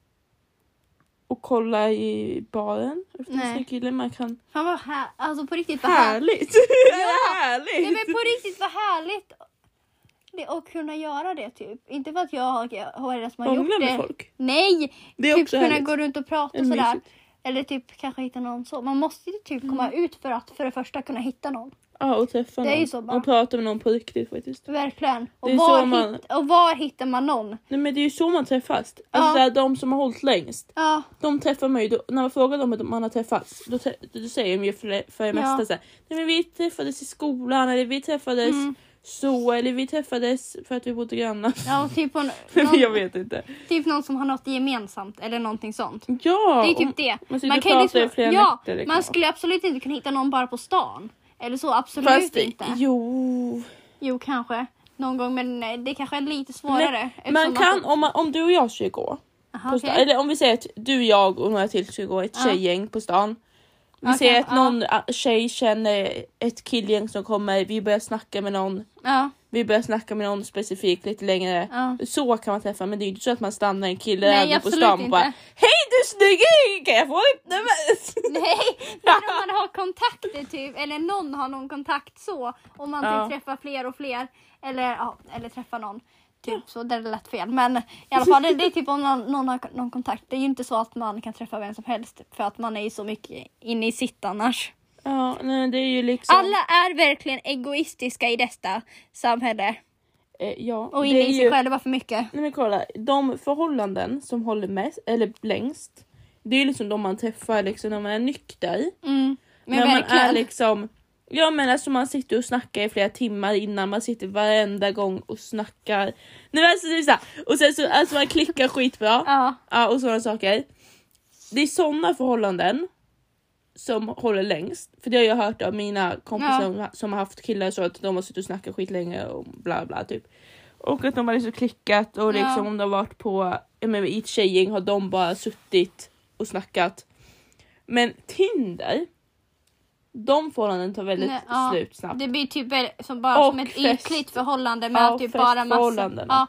och kolla i baren efter killen. Man kan...
Han var alltså på riktigt vad
härligt.
Härligt. Nej, men på riktigt vad härligt det att kunna göra det typ. Inte för att jag har det som har gjort det. Med folk. Nej, det är typ också kunna härligt. Gå runt och prata och sådär. Eller typ kanske hitta någon så. Man måste ju typ komma ut för att för det första kunna hitta någon.
Ja, och träffa någon.
Är så bara.
Och prata med någon på riktigt faktiskt.
Verkligen. Och var hittar man någon?
Nej, men det är ju så man träffas. Alltså där, de som har hållit längst. Ja. De träffar mig ju. När man frågar dem om man har träffats. Då säger de ju för det mesta så här. Nej, men vi träffades i skolan. Eller vi träffades så. Eller vi träffades för att vi bodde grannar.
Ja, typ
jag vet inte.
Typ någon som har något gemensamt. Eller någonting sånt.
Ja.
Det är typ det.
Man kan liksom, nätter,
man skulle absolut inte kunna hitta någon bara på stan. Eller så, absolut fast, inte. Jo, kanske. Någon gång, men det kanske är lite svårare.
Man kan, om du och jag ska gå. Aha, okay. Eller om vi säger att du, jag och några till ska gå ett tjejgäng på stan. Vi säger att någon tjej känner ett killgäng som kommer. Vi börjar snacka med någon. Vi börjar snacka med någon specifikt lite längre. Så kan man träffa. Men det är ju inte så att man stannar en kille över på stan och bara hej du snygg! Kan jag få ditt nummer?
Nej, men om man har kontakter typ. Eller någon har någon kontakt så. Om man typ träffar fler och fler. Eller träffar någon. Typ så, där är det lätt fel. Men i alla fall, det är typ om någon har någon kontakt. Det är ju inte så att man kan träffa vem som helst. För att man är ju så mycket inne i sitt annars.
Ja, nej, det är ju liksom...
Alla är verkligen egoistiska i detta samhälle.
Ja.
Och inne i sig själva för mycket.
Nej, men kolla, de förhållanden som håller mest, eller längst. Det är ju liksom de man träffar liksom när man är nykter.
Men
när
verkligen.
Man är liksom... Ja, men alltså man sitter och snackar i flera timmar innan. Man sitter varenda gång och snackar. Nej, alltså det är så här. Och sen så alltså man klickar skitbra. Ja, och sådana saker. Det är sådana förhållanden som håller längst. För det har jag hört av mina kompisar som har haft killar så att de har suttit och snackat skitlänge och bla bla typ. Och att de har liksom klickat och liksom om de har varit på i ett tjejgäng har de bara suttit och snackat. Men Tinder, de förhållanden tar väldigt slut snabbt.
Det blir typ som ett ytligt förhållande med typ bara massa.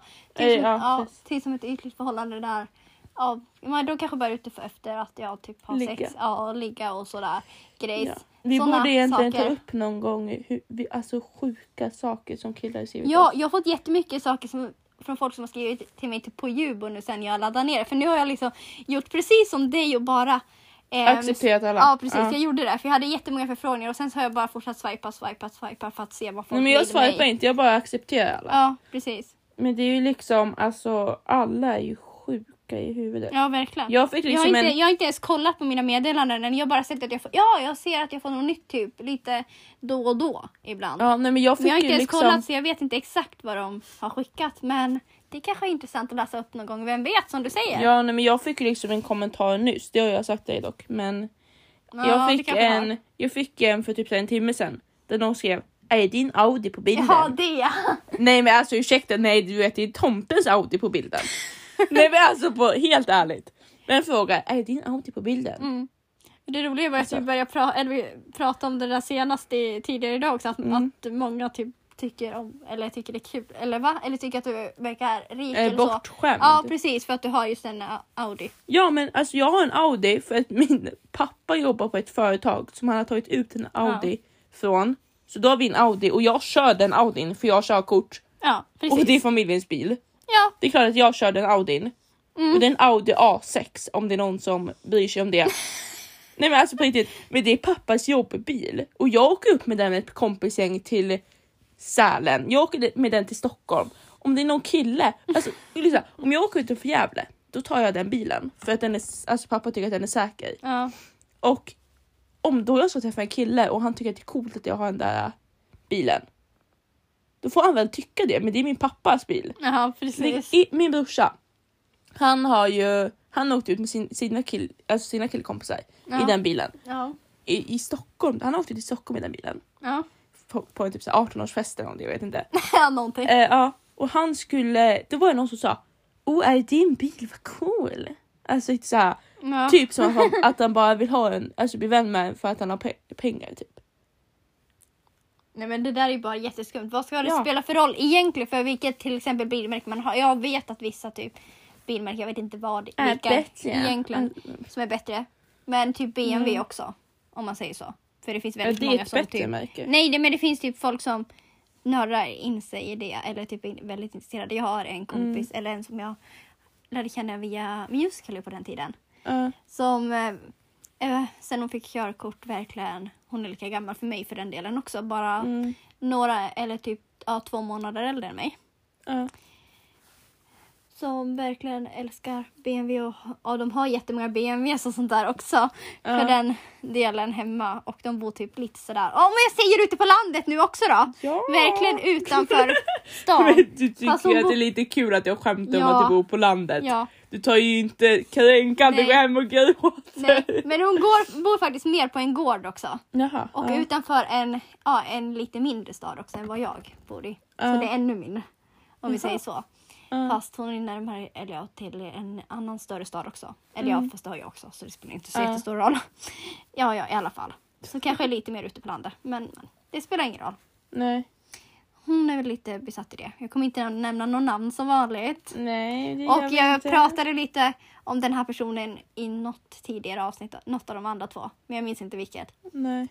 Till som ett ytligt förhållande där. Ja, men då kanske bara ute efter att jag typ har sex och ligga och sådär grejs. Ja.
Vi borde egentligen ta upp någon gång alltså sjuka saker som killar skrivit.
Ja, jag har fått jättemycket saker från folk som har skrivit till mig typ på Jubo nu sen jag laddade ner. För nu har jag liksom gjort precis som dig och bara
accepterat alla.
Ja, precis. Jag gjorde det. För jag hade jättemånga förfrågningar och sen så har jag bara fortsatt swipa för att se vad folk vill.
Men jag swipar inte, jag bara accepterar alla.
Ja, precis.
Men det är ju liksom, alltså alla är ju sjuka i huvudet.
Ja, verkligen.
Jag har
inte ens kollat på mina meddelanden. Jag har bara sett att jag ser att jag får något nytt typ lite då och då ibland.
Ja, nej, men jag har
inte ens kollat så jag vet inte exakt vad de har skickat. Men det kanske är intressant att läsa upp någon gång. Vem vet, som du säger.
Ja, nej, men jag fick liksom en kommentar nyss. Det har jag sagt dig dock. Men jag fick en för typ en timme sedan. Där de skrev, är din Audi på bilden?
Ja, det.
Nej, men alltså ursäkta. Nej, du vet, det är tomtens Audi på bilden. Nej, men alltså helt ärligt. Men fråga, är din Audi på bilden?
Det roliga var att vi började prata om det där senast tidigare idag också. Att många typ tycker det är kul. Eller va? Eller tycker att du verkar rik eller så.
Bortskämd.
Ja, precis. För att du har just en Audi.
Ja, men alltså jag har en Audi för att min pappa jobbar på ett företag som han har tagit ut en Audi från. Så då har vi en Audi och jag kör den Audin för jag kör kort.
Ja, precis.
Och det är familjens bil.
Ja.
Det är klart att jag kör den Audin. Och det är en Audi A6 om det är någon som bryr sig om det. Nej, men alltså på riktigt, men det är pappas jobbbil. Och jag åker upp med den med ett kompisgäng till Sälen. Jag åker med den till Stockholm. Om det är någon kille, alltså om jag åker utanför Gävle, då tar jag den bilen. För att alltså pappa tycker att den är säker.
Ja.
Och om då jag ska träffa en kille och han tycker att det är coolt att jag har den där bilen, då får han väl tycka det, men det är min pappas bil.
Ja, precis.
Min brorsa, han har åkt ut med sina killkompisar i den bilen.
Ja.
i Stockholm. Han åkte till Stockholm i den bilen.
Ja.
På en typ 18-årsfest eller någonting, jag vet inte.
Ja, någonting.
Ja, och han skulle... Det var någon som sa, är din bil, vad cool. Alltså inte så här, typ som att han bara vill ha en, alltså bli vän med en för att han har pengar typ.
Nej, men det där är ju bara jätteskumt. Vad ska det spela för roll egentligen för vilket till exempel bilmärke man har? Jag vet att vissa typ bilmärken, jag vet inte vad vilka egentligen som är bättre. Men typ BMW också, om man säger så. För det finns väldigt många som typ...
märke.
Nej, men det finns typ folk som nördar in sig i det. Eller typ är väldigt intresserade. Jag har en kompis, eller en som jag lärde känna via musical på den tiden. Som sen hon fick körkort verkligen, hon är lika gammal för mig för den delen också. Bara några, eller typ 2 månader äldre än mig. Som verkligen älskar BMW och de har jättemånga BMWs och sånt där också för den delen hemma. Och de bor typ lite sådär, men jag säger ute på landet nu också då. Ja. Verkligen utanför stan.
Du tycker att det är lite kul att jag skämtar om att du bor på landet. Ja. Du tar ju inte kränkan, du går hem och gråter. Men
hon bor faktiskt mer på en gård också.
Jaha,
och utanför en lite mindre stad också än vad jag bor i. Så det är ännu mindre, om vi säger så. Fast hon är närmare till en annan större stad också. Eller fast det har jag också. Så det spelar inte så jättestor roll. Ja, i alla fall. Så kanske lite mer ute på landet. Men det spelar ingen roll.
Nej.
Hon är väl lite besatt i det. Jag kommer inte nämna någon namn som vanligt.
Nej, det
och jag pratade lite om den här personen i något tidigare avsnitt. Något av de andra 2. Men jag minns inte vilket.
Nej.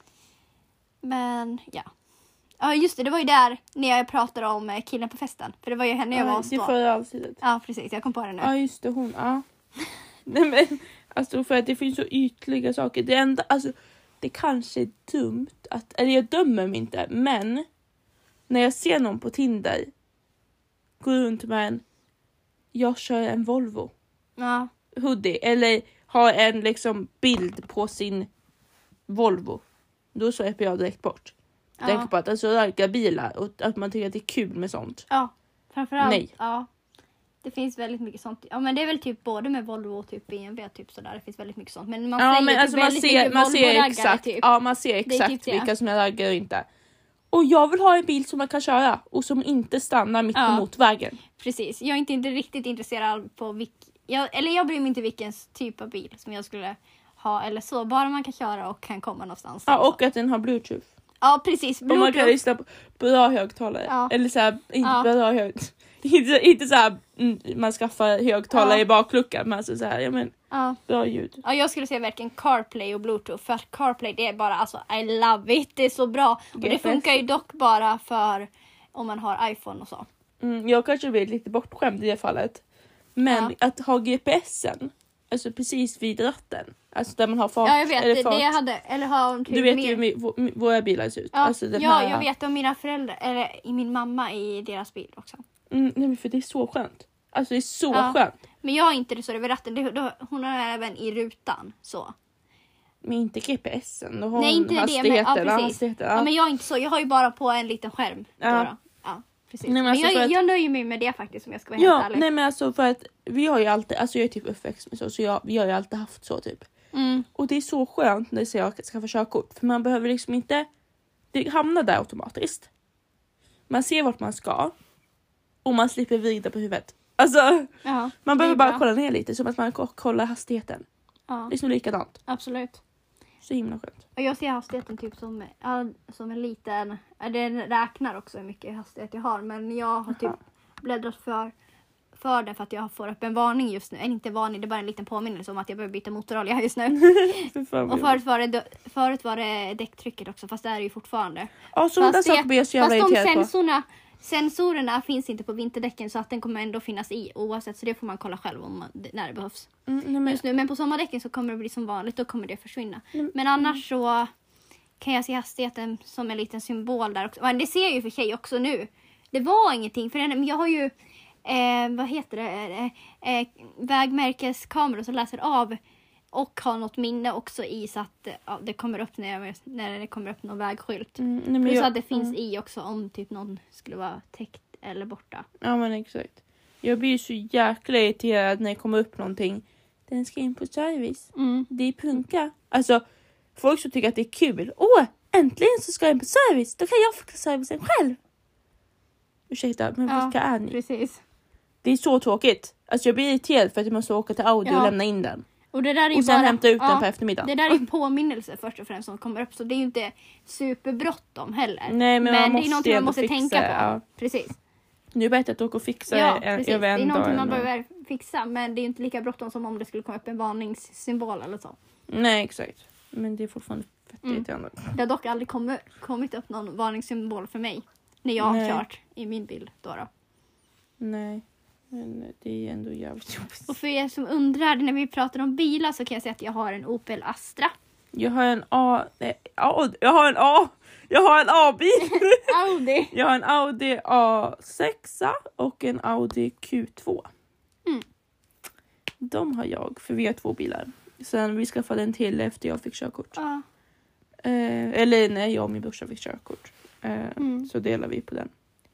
Men ja. Ja, just det var ju där när jag pratade om killen på festen. För det var ju henne jag var hos då. Ja, precis. Jag kom på det nu.
Ja, just det. Hon, ja. Nej, men alltså för att det finns så ytliga saker. Det enda, alltså det kanske är dumt att, eller jag dömer mig inte, men när jag ser någon på Tinder gå runt med jag kör en Volvo.
Ja.
Hoodie. Eller har en liksom bild på sin Volvo. Då släpper jag direkt bort. Tänker på att alltså ragga bilar och att man tycker att det är kul med sånt.
Ja, framförallt.
Nej.
Ja. Det finns väldigt mycket sånt. Ja, men det är väl typ både med Volvo och typ BMW typ sådär. Det finns väldigt mycket sånt. Men man säger
men alltså man ser exakt. Typ. Ja, man ser exakt typ vilka som är raggar och inte. Och jag vill ha en bil som man kan köra och som inte stannar mitt på motorvägen.
Precis. Jag är inte riktigt intresserad på jag bryr mig inte vilken typ av bil som jag skulle ha eller så. Bara man kan köra och kan komma någonstans.
Ja, och att den har Bluetooth.
Ja, precis.
Bluetooth. Och man kan lyssna på bra högtalare. Ja. Eller så här, inte bra högtalare. Inte så här, man skaffar högtalare i bakluckan. Men alltså så här, bra ljud.
Ja, jag skulle säga verkligen CarPlay och Bluetooth. För CarPlay, det är bara, alltså, I love it. Det är så bra. Och det funkar ju dock bara för om man har iPhone och så.
Jag kanske blir lite bortskämd i det fallet. Men att ha GPSen, alltså precis vid ratten. Alltså där man har fart.
Ja, jag vet. Eller det jag hade, eller har typ
du vet ju våra bilar ser ut.
Ja,
alltså
jag vet om mina föräldrar, eller i min mamma i deras bil också.
Nej, för det är så skönt. Alltså det är så skönt.
Men jag har inte det så över ratten. Hon har även i rutan så.
Men inte GPSen. Då har
nej, inte
hastigheten,
det. Men, hastigheten. Ja, men jag är inte så. Jag har ju bara på en liten skärm. Ja, precis. Nej, men alltså jag nöjer mig med det faktiskt, om jag ska vara helt ärlig.
Nej, men alltså för att vi har ju alltid, alltså jag är typ uppväxt med så vi har ju alltid haft så typ. Och det är så skönt när jag ska få körkort. För man behöver liksom inte, det hamnar där automatiskt. Man ser vart man ska. Och man slipper vrida på huvudet. Alltså, man behöver bara kolla ner lite. Som att man kollar hastigheten. Ja. Det är så likadant.
Absolut.
Så himla skönt.
Och jag ser hastigheten typ som en liten... Den räknar också hur mycket hastighet jag har. Men jag har typ bläddrat för den för att jag får upp en varning just nu. Eller inte varning, det är bara en liten påminnelse om att jag behöver byta motorolja just nu. Och förut var det däcktrycket också, fast det är det ju fortfarande.
Ja, så där saker blir jag så jävla irriterad på.
Sensorerna finns inte på vinterdäcken så att den kommer ändå finnas i oavsett. Så det får man kolla själv när det behövs. Just nu. Men på sommardäcken så kommer det bli som vanligt. Då kommer det försvinna. Men annars så kan jag se hastigheten som en liten symbol där också. Men det ser jag ju för sig också nu. Det var ingenting. För jag har ju vägmärkeskameror som läser av. Och har något minne också i så att det kommer upp när det kommer upp någon vägskylt. Plus att det finns i också om typ någon skulle vara täckt eller borta.
Ja, men exakt. Jag blir så jäkla irriterad när det kommer upp någonting. Den ska in på service. Det är punka. Alltså, folk som tycker att det är kul. Äntligen så ska jag på service. Då kan jag fixa servicen själv. Ursäkta, men vilka är ni?
Precis.
Det är så tråkigt. Alltså jag blir irriterad för att jag måste åka till Audi och lämna in den.
Och, det där är
och sen hämta ut den på eftermiddagen.
Det där är påminnelse först och främst som kommer upp. Så det är ju inte superbråttom heller.
Nej, men
det är någonting man måste tänka på.
Ja.
Precis.
Nu är det bättre att åka och fixa
precis.
över en dag.
Det är någonting man behöver fixa. Men det är inte lika bråttom som om det skulle komma upp en varningssymbol eller så.
Nej, exakt. Men det är fortfarande fett irriterande.
Det har dock aldrig kommit upp någon varningssymbol för mig. När jag har kört i min bil då.
Nej. Men det är ändå jävligt jobbigt.
Och för er som undrar, när vi pratar om bilar så kan jag säga att jag har en Opel Astra.
Jag har en A-bil.
Audi.
Jag har en Audi A6 och en Audi Q2. De har jag, för vi har 2 bilar. Sen vi skaffade en till efter jag fick körkort.
Ja.
Eller när jag och min brorsa fick körkort. Så delar vi på den.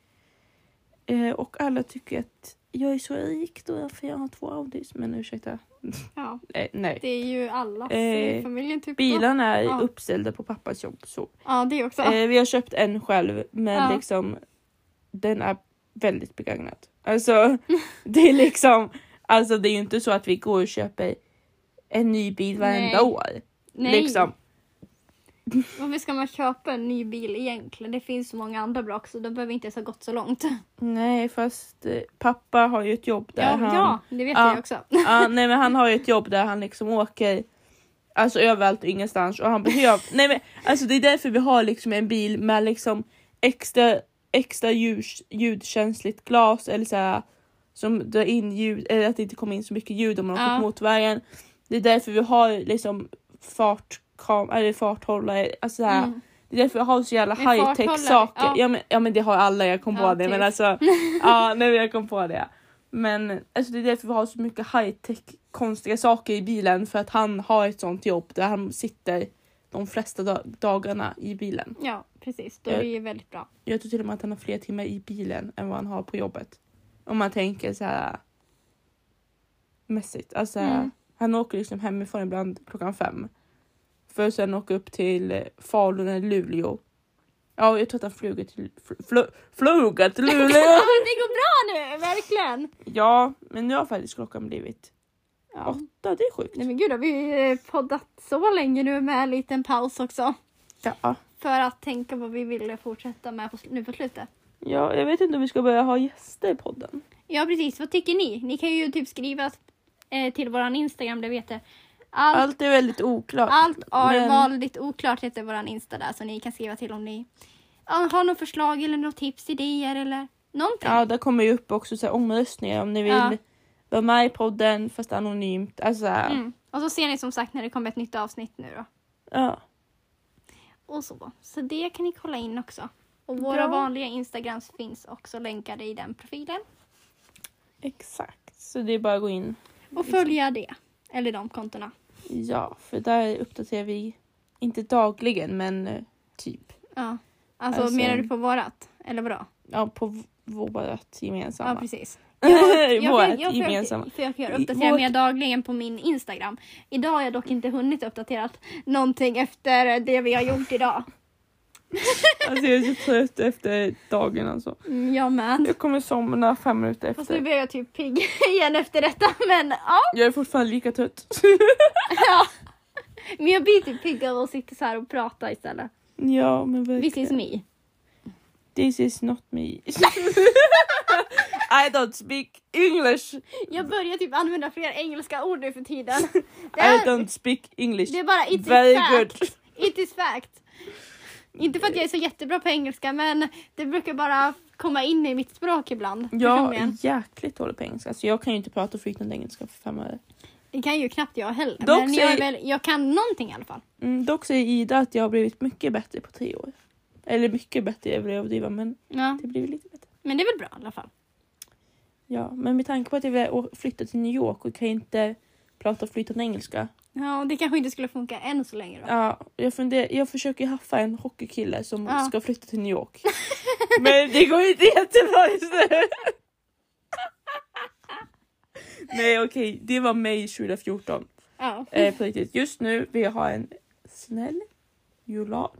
Och alla tycker att jag är så rik då för jag har 2 Audis. Men ursäkta.
Ja.
Nej.
Det är ju alla i familjen typ.
Bilarna är uppställda på pappas jobb. Så.
Ja, det också.
Vi har köpt en själv. Men liksom den är väldigt begagnad. Alltså det är liksom. Alltså det är ju inte så att vi går och köper en ny bil varenda år.
Nej.
Liksom.
Varför ska man köpa en ny bil egentligen? Det finns så många andra bra också. De behöver inte ens ha gått så långt.
Nej, fast pappa har ju ett jobb där
Ja, det vet jag också.
Nej, men han har ju ett jobb där han liksom åker alltså överallt och ingenstans. Och han behöver... Nej, men alltså det är därför vi har liksom en bil med liksom extra ljudkänsligt glas. Eller så här, som drar in ljud. Eller att det inte kommer in så mycket ljud om man åker på motorvägen. Det är därför vi har liksom farthållare, alltså så här. Det är därför jag har så jävla high-tech saker. Ja men det har alla, jag kom på det. Men alltså, jag kom på det. Men alltså det är därför vi har så mycket high-tech konstiga saker i bilen. För att han har ett sånt jobb där han sitter de flesta dagarna i bilen.
Ja, precis. Då är det ju väldigt bra.
Jag tror till och med att han har fler timmar i bilen än vad han har på jobbet. Om man tänker så här mässigt. Alltså han åker liksom hemifrån ibland 5:00. För att sen åka upp till Falun eller Luleå. Ja, jag tror att han fluga till Luleå.
Det går bra nu, verkligen.
Ja, men nu har faktiskt klockan blivit 8, det är sjukt.
Nej men gud, har vi poddat så länge nu med en liten paus också.
Ja.
För att tänka vad vi ville fortsätta med nu på slutet.
Ja, jag vet inte om vi ska börja ha gäster i podden.
Ja, precis. Vad tycker ni? Ni kan ju typ skriva till våran Instagram, det vet jag.
Allt är väldigt oklart.
Allt är väldigt oklart heter våran Insta där. Så ni kan skriva till om ni har något förslag eller något tips, idéer eller någonting.
Ja, där kommer ju upp också så här omröstningar om ni vill vara med i podden fast anonymt. Alltså,
och så ser ni som sagt när det kommer ett nytt avsnitt nu då.
Ja.
Och så det kan ni kolla in också. Och våra vanliga Instagrams finns också länkade i den profilen.
Exakt, så det är bara att gå in.
Och följa det. Eller de kontona.
Ja, för där uppdaterar vi inte dagligen, men typ.
Ja, alltså menar du på vårat? Eller vadå?
Ja, på vårat gemensamma.
Ja, precis.
Jag
försöker uppdatera mer dagligen på min Instagram. Idag har jag dock inte hunnit uppdatera någonting efter det vi har gjort idag.
Alltså jag är så trött efter dagen alltså.
Jag med.
Jag kommer somna 5 minuter efter.
Fast nu blir jag typ pigg igen efter detta, men ja.
Jag är fortfarande lika trött.
Ja. Men jag blir typ pigg av att sitta så här och prata istället.
Ja, men verkligen.
This is me.
This is not me. I don't speak English.
Jag börjar typ använda fler engelska ord nu för tiden.
I don't speak English.
Det är bara it
very
is fact.
Good.
It is fact. Inte för att jag är så jättebra på engelska, men det brukar bara komma in i mitt språk ibland.
Jag är jäkligt dålig på engelska. Alltså jag kan ju inte prata flytande engelska för 5 år.
Det kan ju knappt jag heller. Dock men jag kan någonting i alla fall.
Dock säger Ida att jag har blivit mycket bättre på 3 år. Eller mycket bättre, jag vill överdriva, men det blir lite bättre.
Men det är väl bra i alla fall.
Ja, men med tanke på att jag vill flytta till New York och kan inte prata flytande engelska.
Ja, det kanske inte skulle funka än så länge då.
Ja, jag försöker haffa en hockeykille som ska flytta till New York. Men det går inte jättebra just nu. Nej, okej. Det var maj 2014.
Ja.
På riktigt. Just nu vill jag ha en snäll, lojal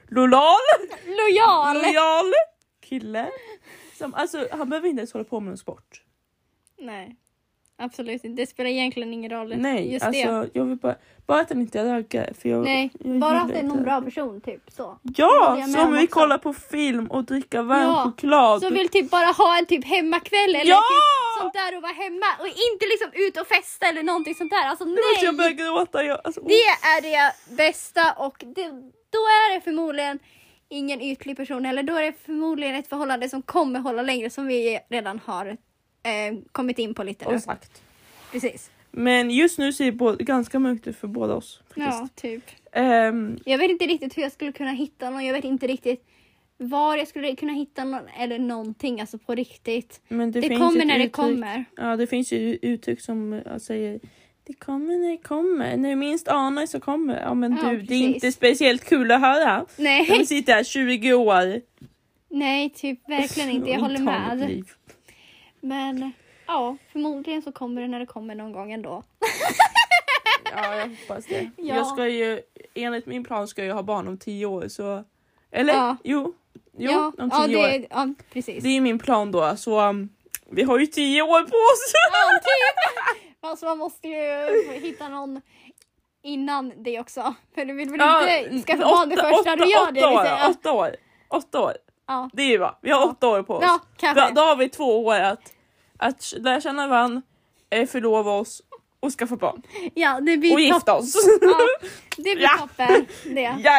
kille. Som, alltså, han behöver inte ens hålla på med någon sport.
Nej, absolut inte. Det spelar egentligen ingen roll.
Nej,
just
alltså
det.
jag vill bara att han inte raggar.
Nej, bara att det är någon bra person typ så.
Ja, som vill kolla på film och dricka varm choklad.
Så vill typ bara ha en typ hemmakväll eller typ sånt där och vara hemma. Och inte liksom ut och festa eller någonting sånt där. Alltså nej.
Jag börjar gråta. Alltså,
det är det bästa och då är det förmodligen ingen ytlig person. Eller då är det förmodligen ett förhållande som kommer hålla längre som vi redan har kommit in på lite.
Och sagt.
Precis.
Men just nu ser det ganska mörkt ut för båda oss. Faktiskt.
Ja, typ. Jag vet inte riktigt hur jag skulle kunna hitta någon. Jag vet inte riktigt var jag skulle kunna hitta någon eller någonting alltså på riktigt. Men det finns kommer när det kommer.
Ja, det finns ju uttryck som säger det kommer när det kommer. När du minst anar så kommer. Ja, men du, det är inte speciellt kul att höra.
Nej.
När vi sitter här 20 år.
Nej, typ verkligen inte. Jag håller med. Men ja, förmodligen så kommer det när det kommer någon gång ändå.
Ja, jag hoppas det. Ja. Jag ska ju, enligt min plan ska jag ha barn om 10 år. Så, eller? Jo, om 10 år.
Ja, precis.
Det är min plan då. Så vi har ju 10 år på oss.
Ja, typ. Alltså man måste ju hitta någon innan det också. För du vill väl inte skaffa barn det första du gör det?
8 år.
Ja.
Det är ju bra. Vi har 8 år på oss.
Ja, kanske.
Då har vi 2 år att lära känna varandra, förlova oss och skaffa barn.
Ja, det blir
och gifta oss.
Ja, det blir toppen. Det.
Ja.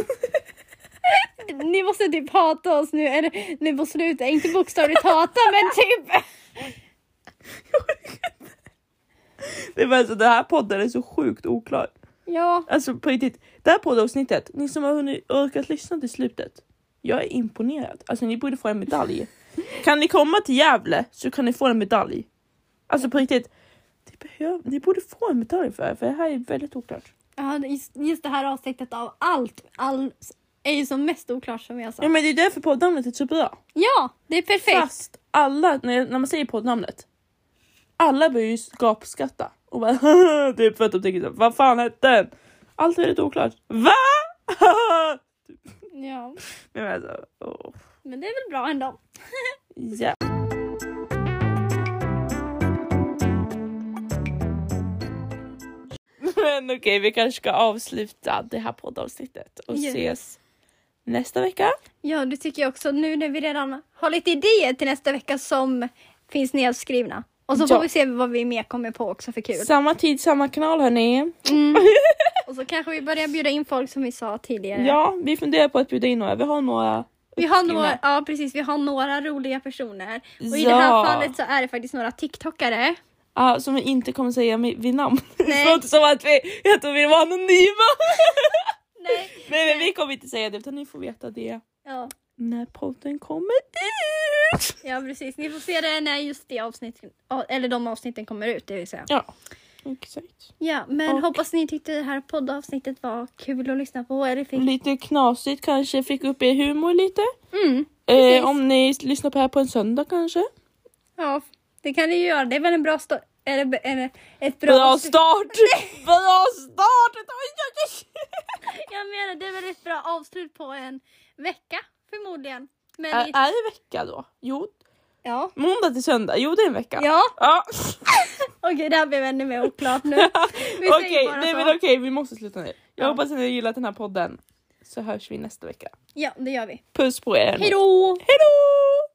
Ni måste typ hata oss nu. Eller ni får sluta. Inte bokstavligt hata, men typ.
Det här podden är så sjukt oklar.
Ja.
Alltså på riktigt. Det här poddavsnittet. Ni som har orkat lyssna till slutet. Jag är imponerad. Alltså ni borde få en medalj. Kan ni komma till Gävle så kan ni få en medalj. Alltså på riktigt. Ni borde få en medalj för det här är väldigt oklart.
Ja, just det här avsnittet av allt är ju som mest oklart som jag sa.
Ja, men det är därför poddnamnet är så bra.
Ja, det är perfekt.
Fast alla, när man säger poddnamnet, alla börjar ju gapskratta. Och bara, det är för att de tänker så, vad fan hette den? Allt är lite oklart. Va?
Ja.
Men
det är väl bra ändå.
Ja. Men okej, vi kanske ska avsluta det här poddavsnittet och ses nästa vecka.
Ja, det tycker jag också. Nu när vi redan har lite idéer till nästa vecka som finns nedskrivna. Och så får vi se vad vi mer kommer på också för kul.
Samma tid, samma kanal hörni.
Och så kanske vi börjar bjuda in folk som vi sa tidigare.
Ja, vi funderar på att bjuda in några. Vi har några,
ja precis, vi har några roliga personer. Och i det här fallet så är det faktiskt några TikTokare.
Ja, som vi inte kommer säga vid namn. Det låter som att vi vill vara anonyma. Nej, vi kommer inte säga det, utan ni får veta det när podden kommer ut.
Ja, precis. Ni får se det när just det avsnittet, eller de avsnitten kommer ut, det vill säga.
Ja, exakt.
Ja, men hoppas ni tyckte det här poddavsnittet var kul att lyssna på. Eller
lite knasigt, kanske fick upp er humor lite. Om ni lyssnar på det här på en söndag kanske.
Ja, det kan ni göra. Det är väl en bra start. Ett
bra start! Bra start!
Jag menar, det är väl ett bra avslut på en vecka, förmodligen. Men
är det vecka då? Jo.
Ja.
Måndag till söndag, jo det är en vecka.
Ja. Okej, det här blev ännu mer oklart nu.
Okej, vi måste sluta nu. Jag hoppas att ni har gillat den här podden. Så hörs vi nästa vecka.
Ja, det gör vi.
Puss på er.
Hej då!
Hej då!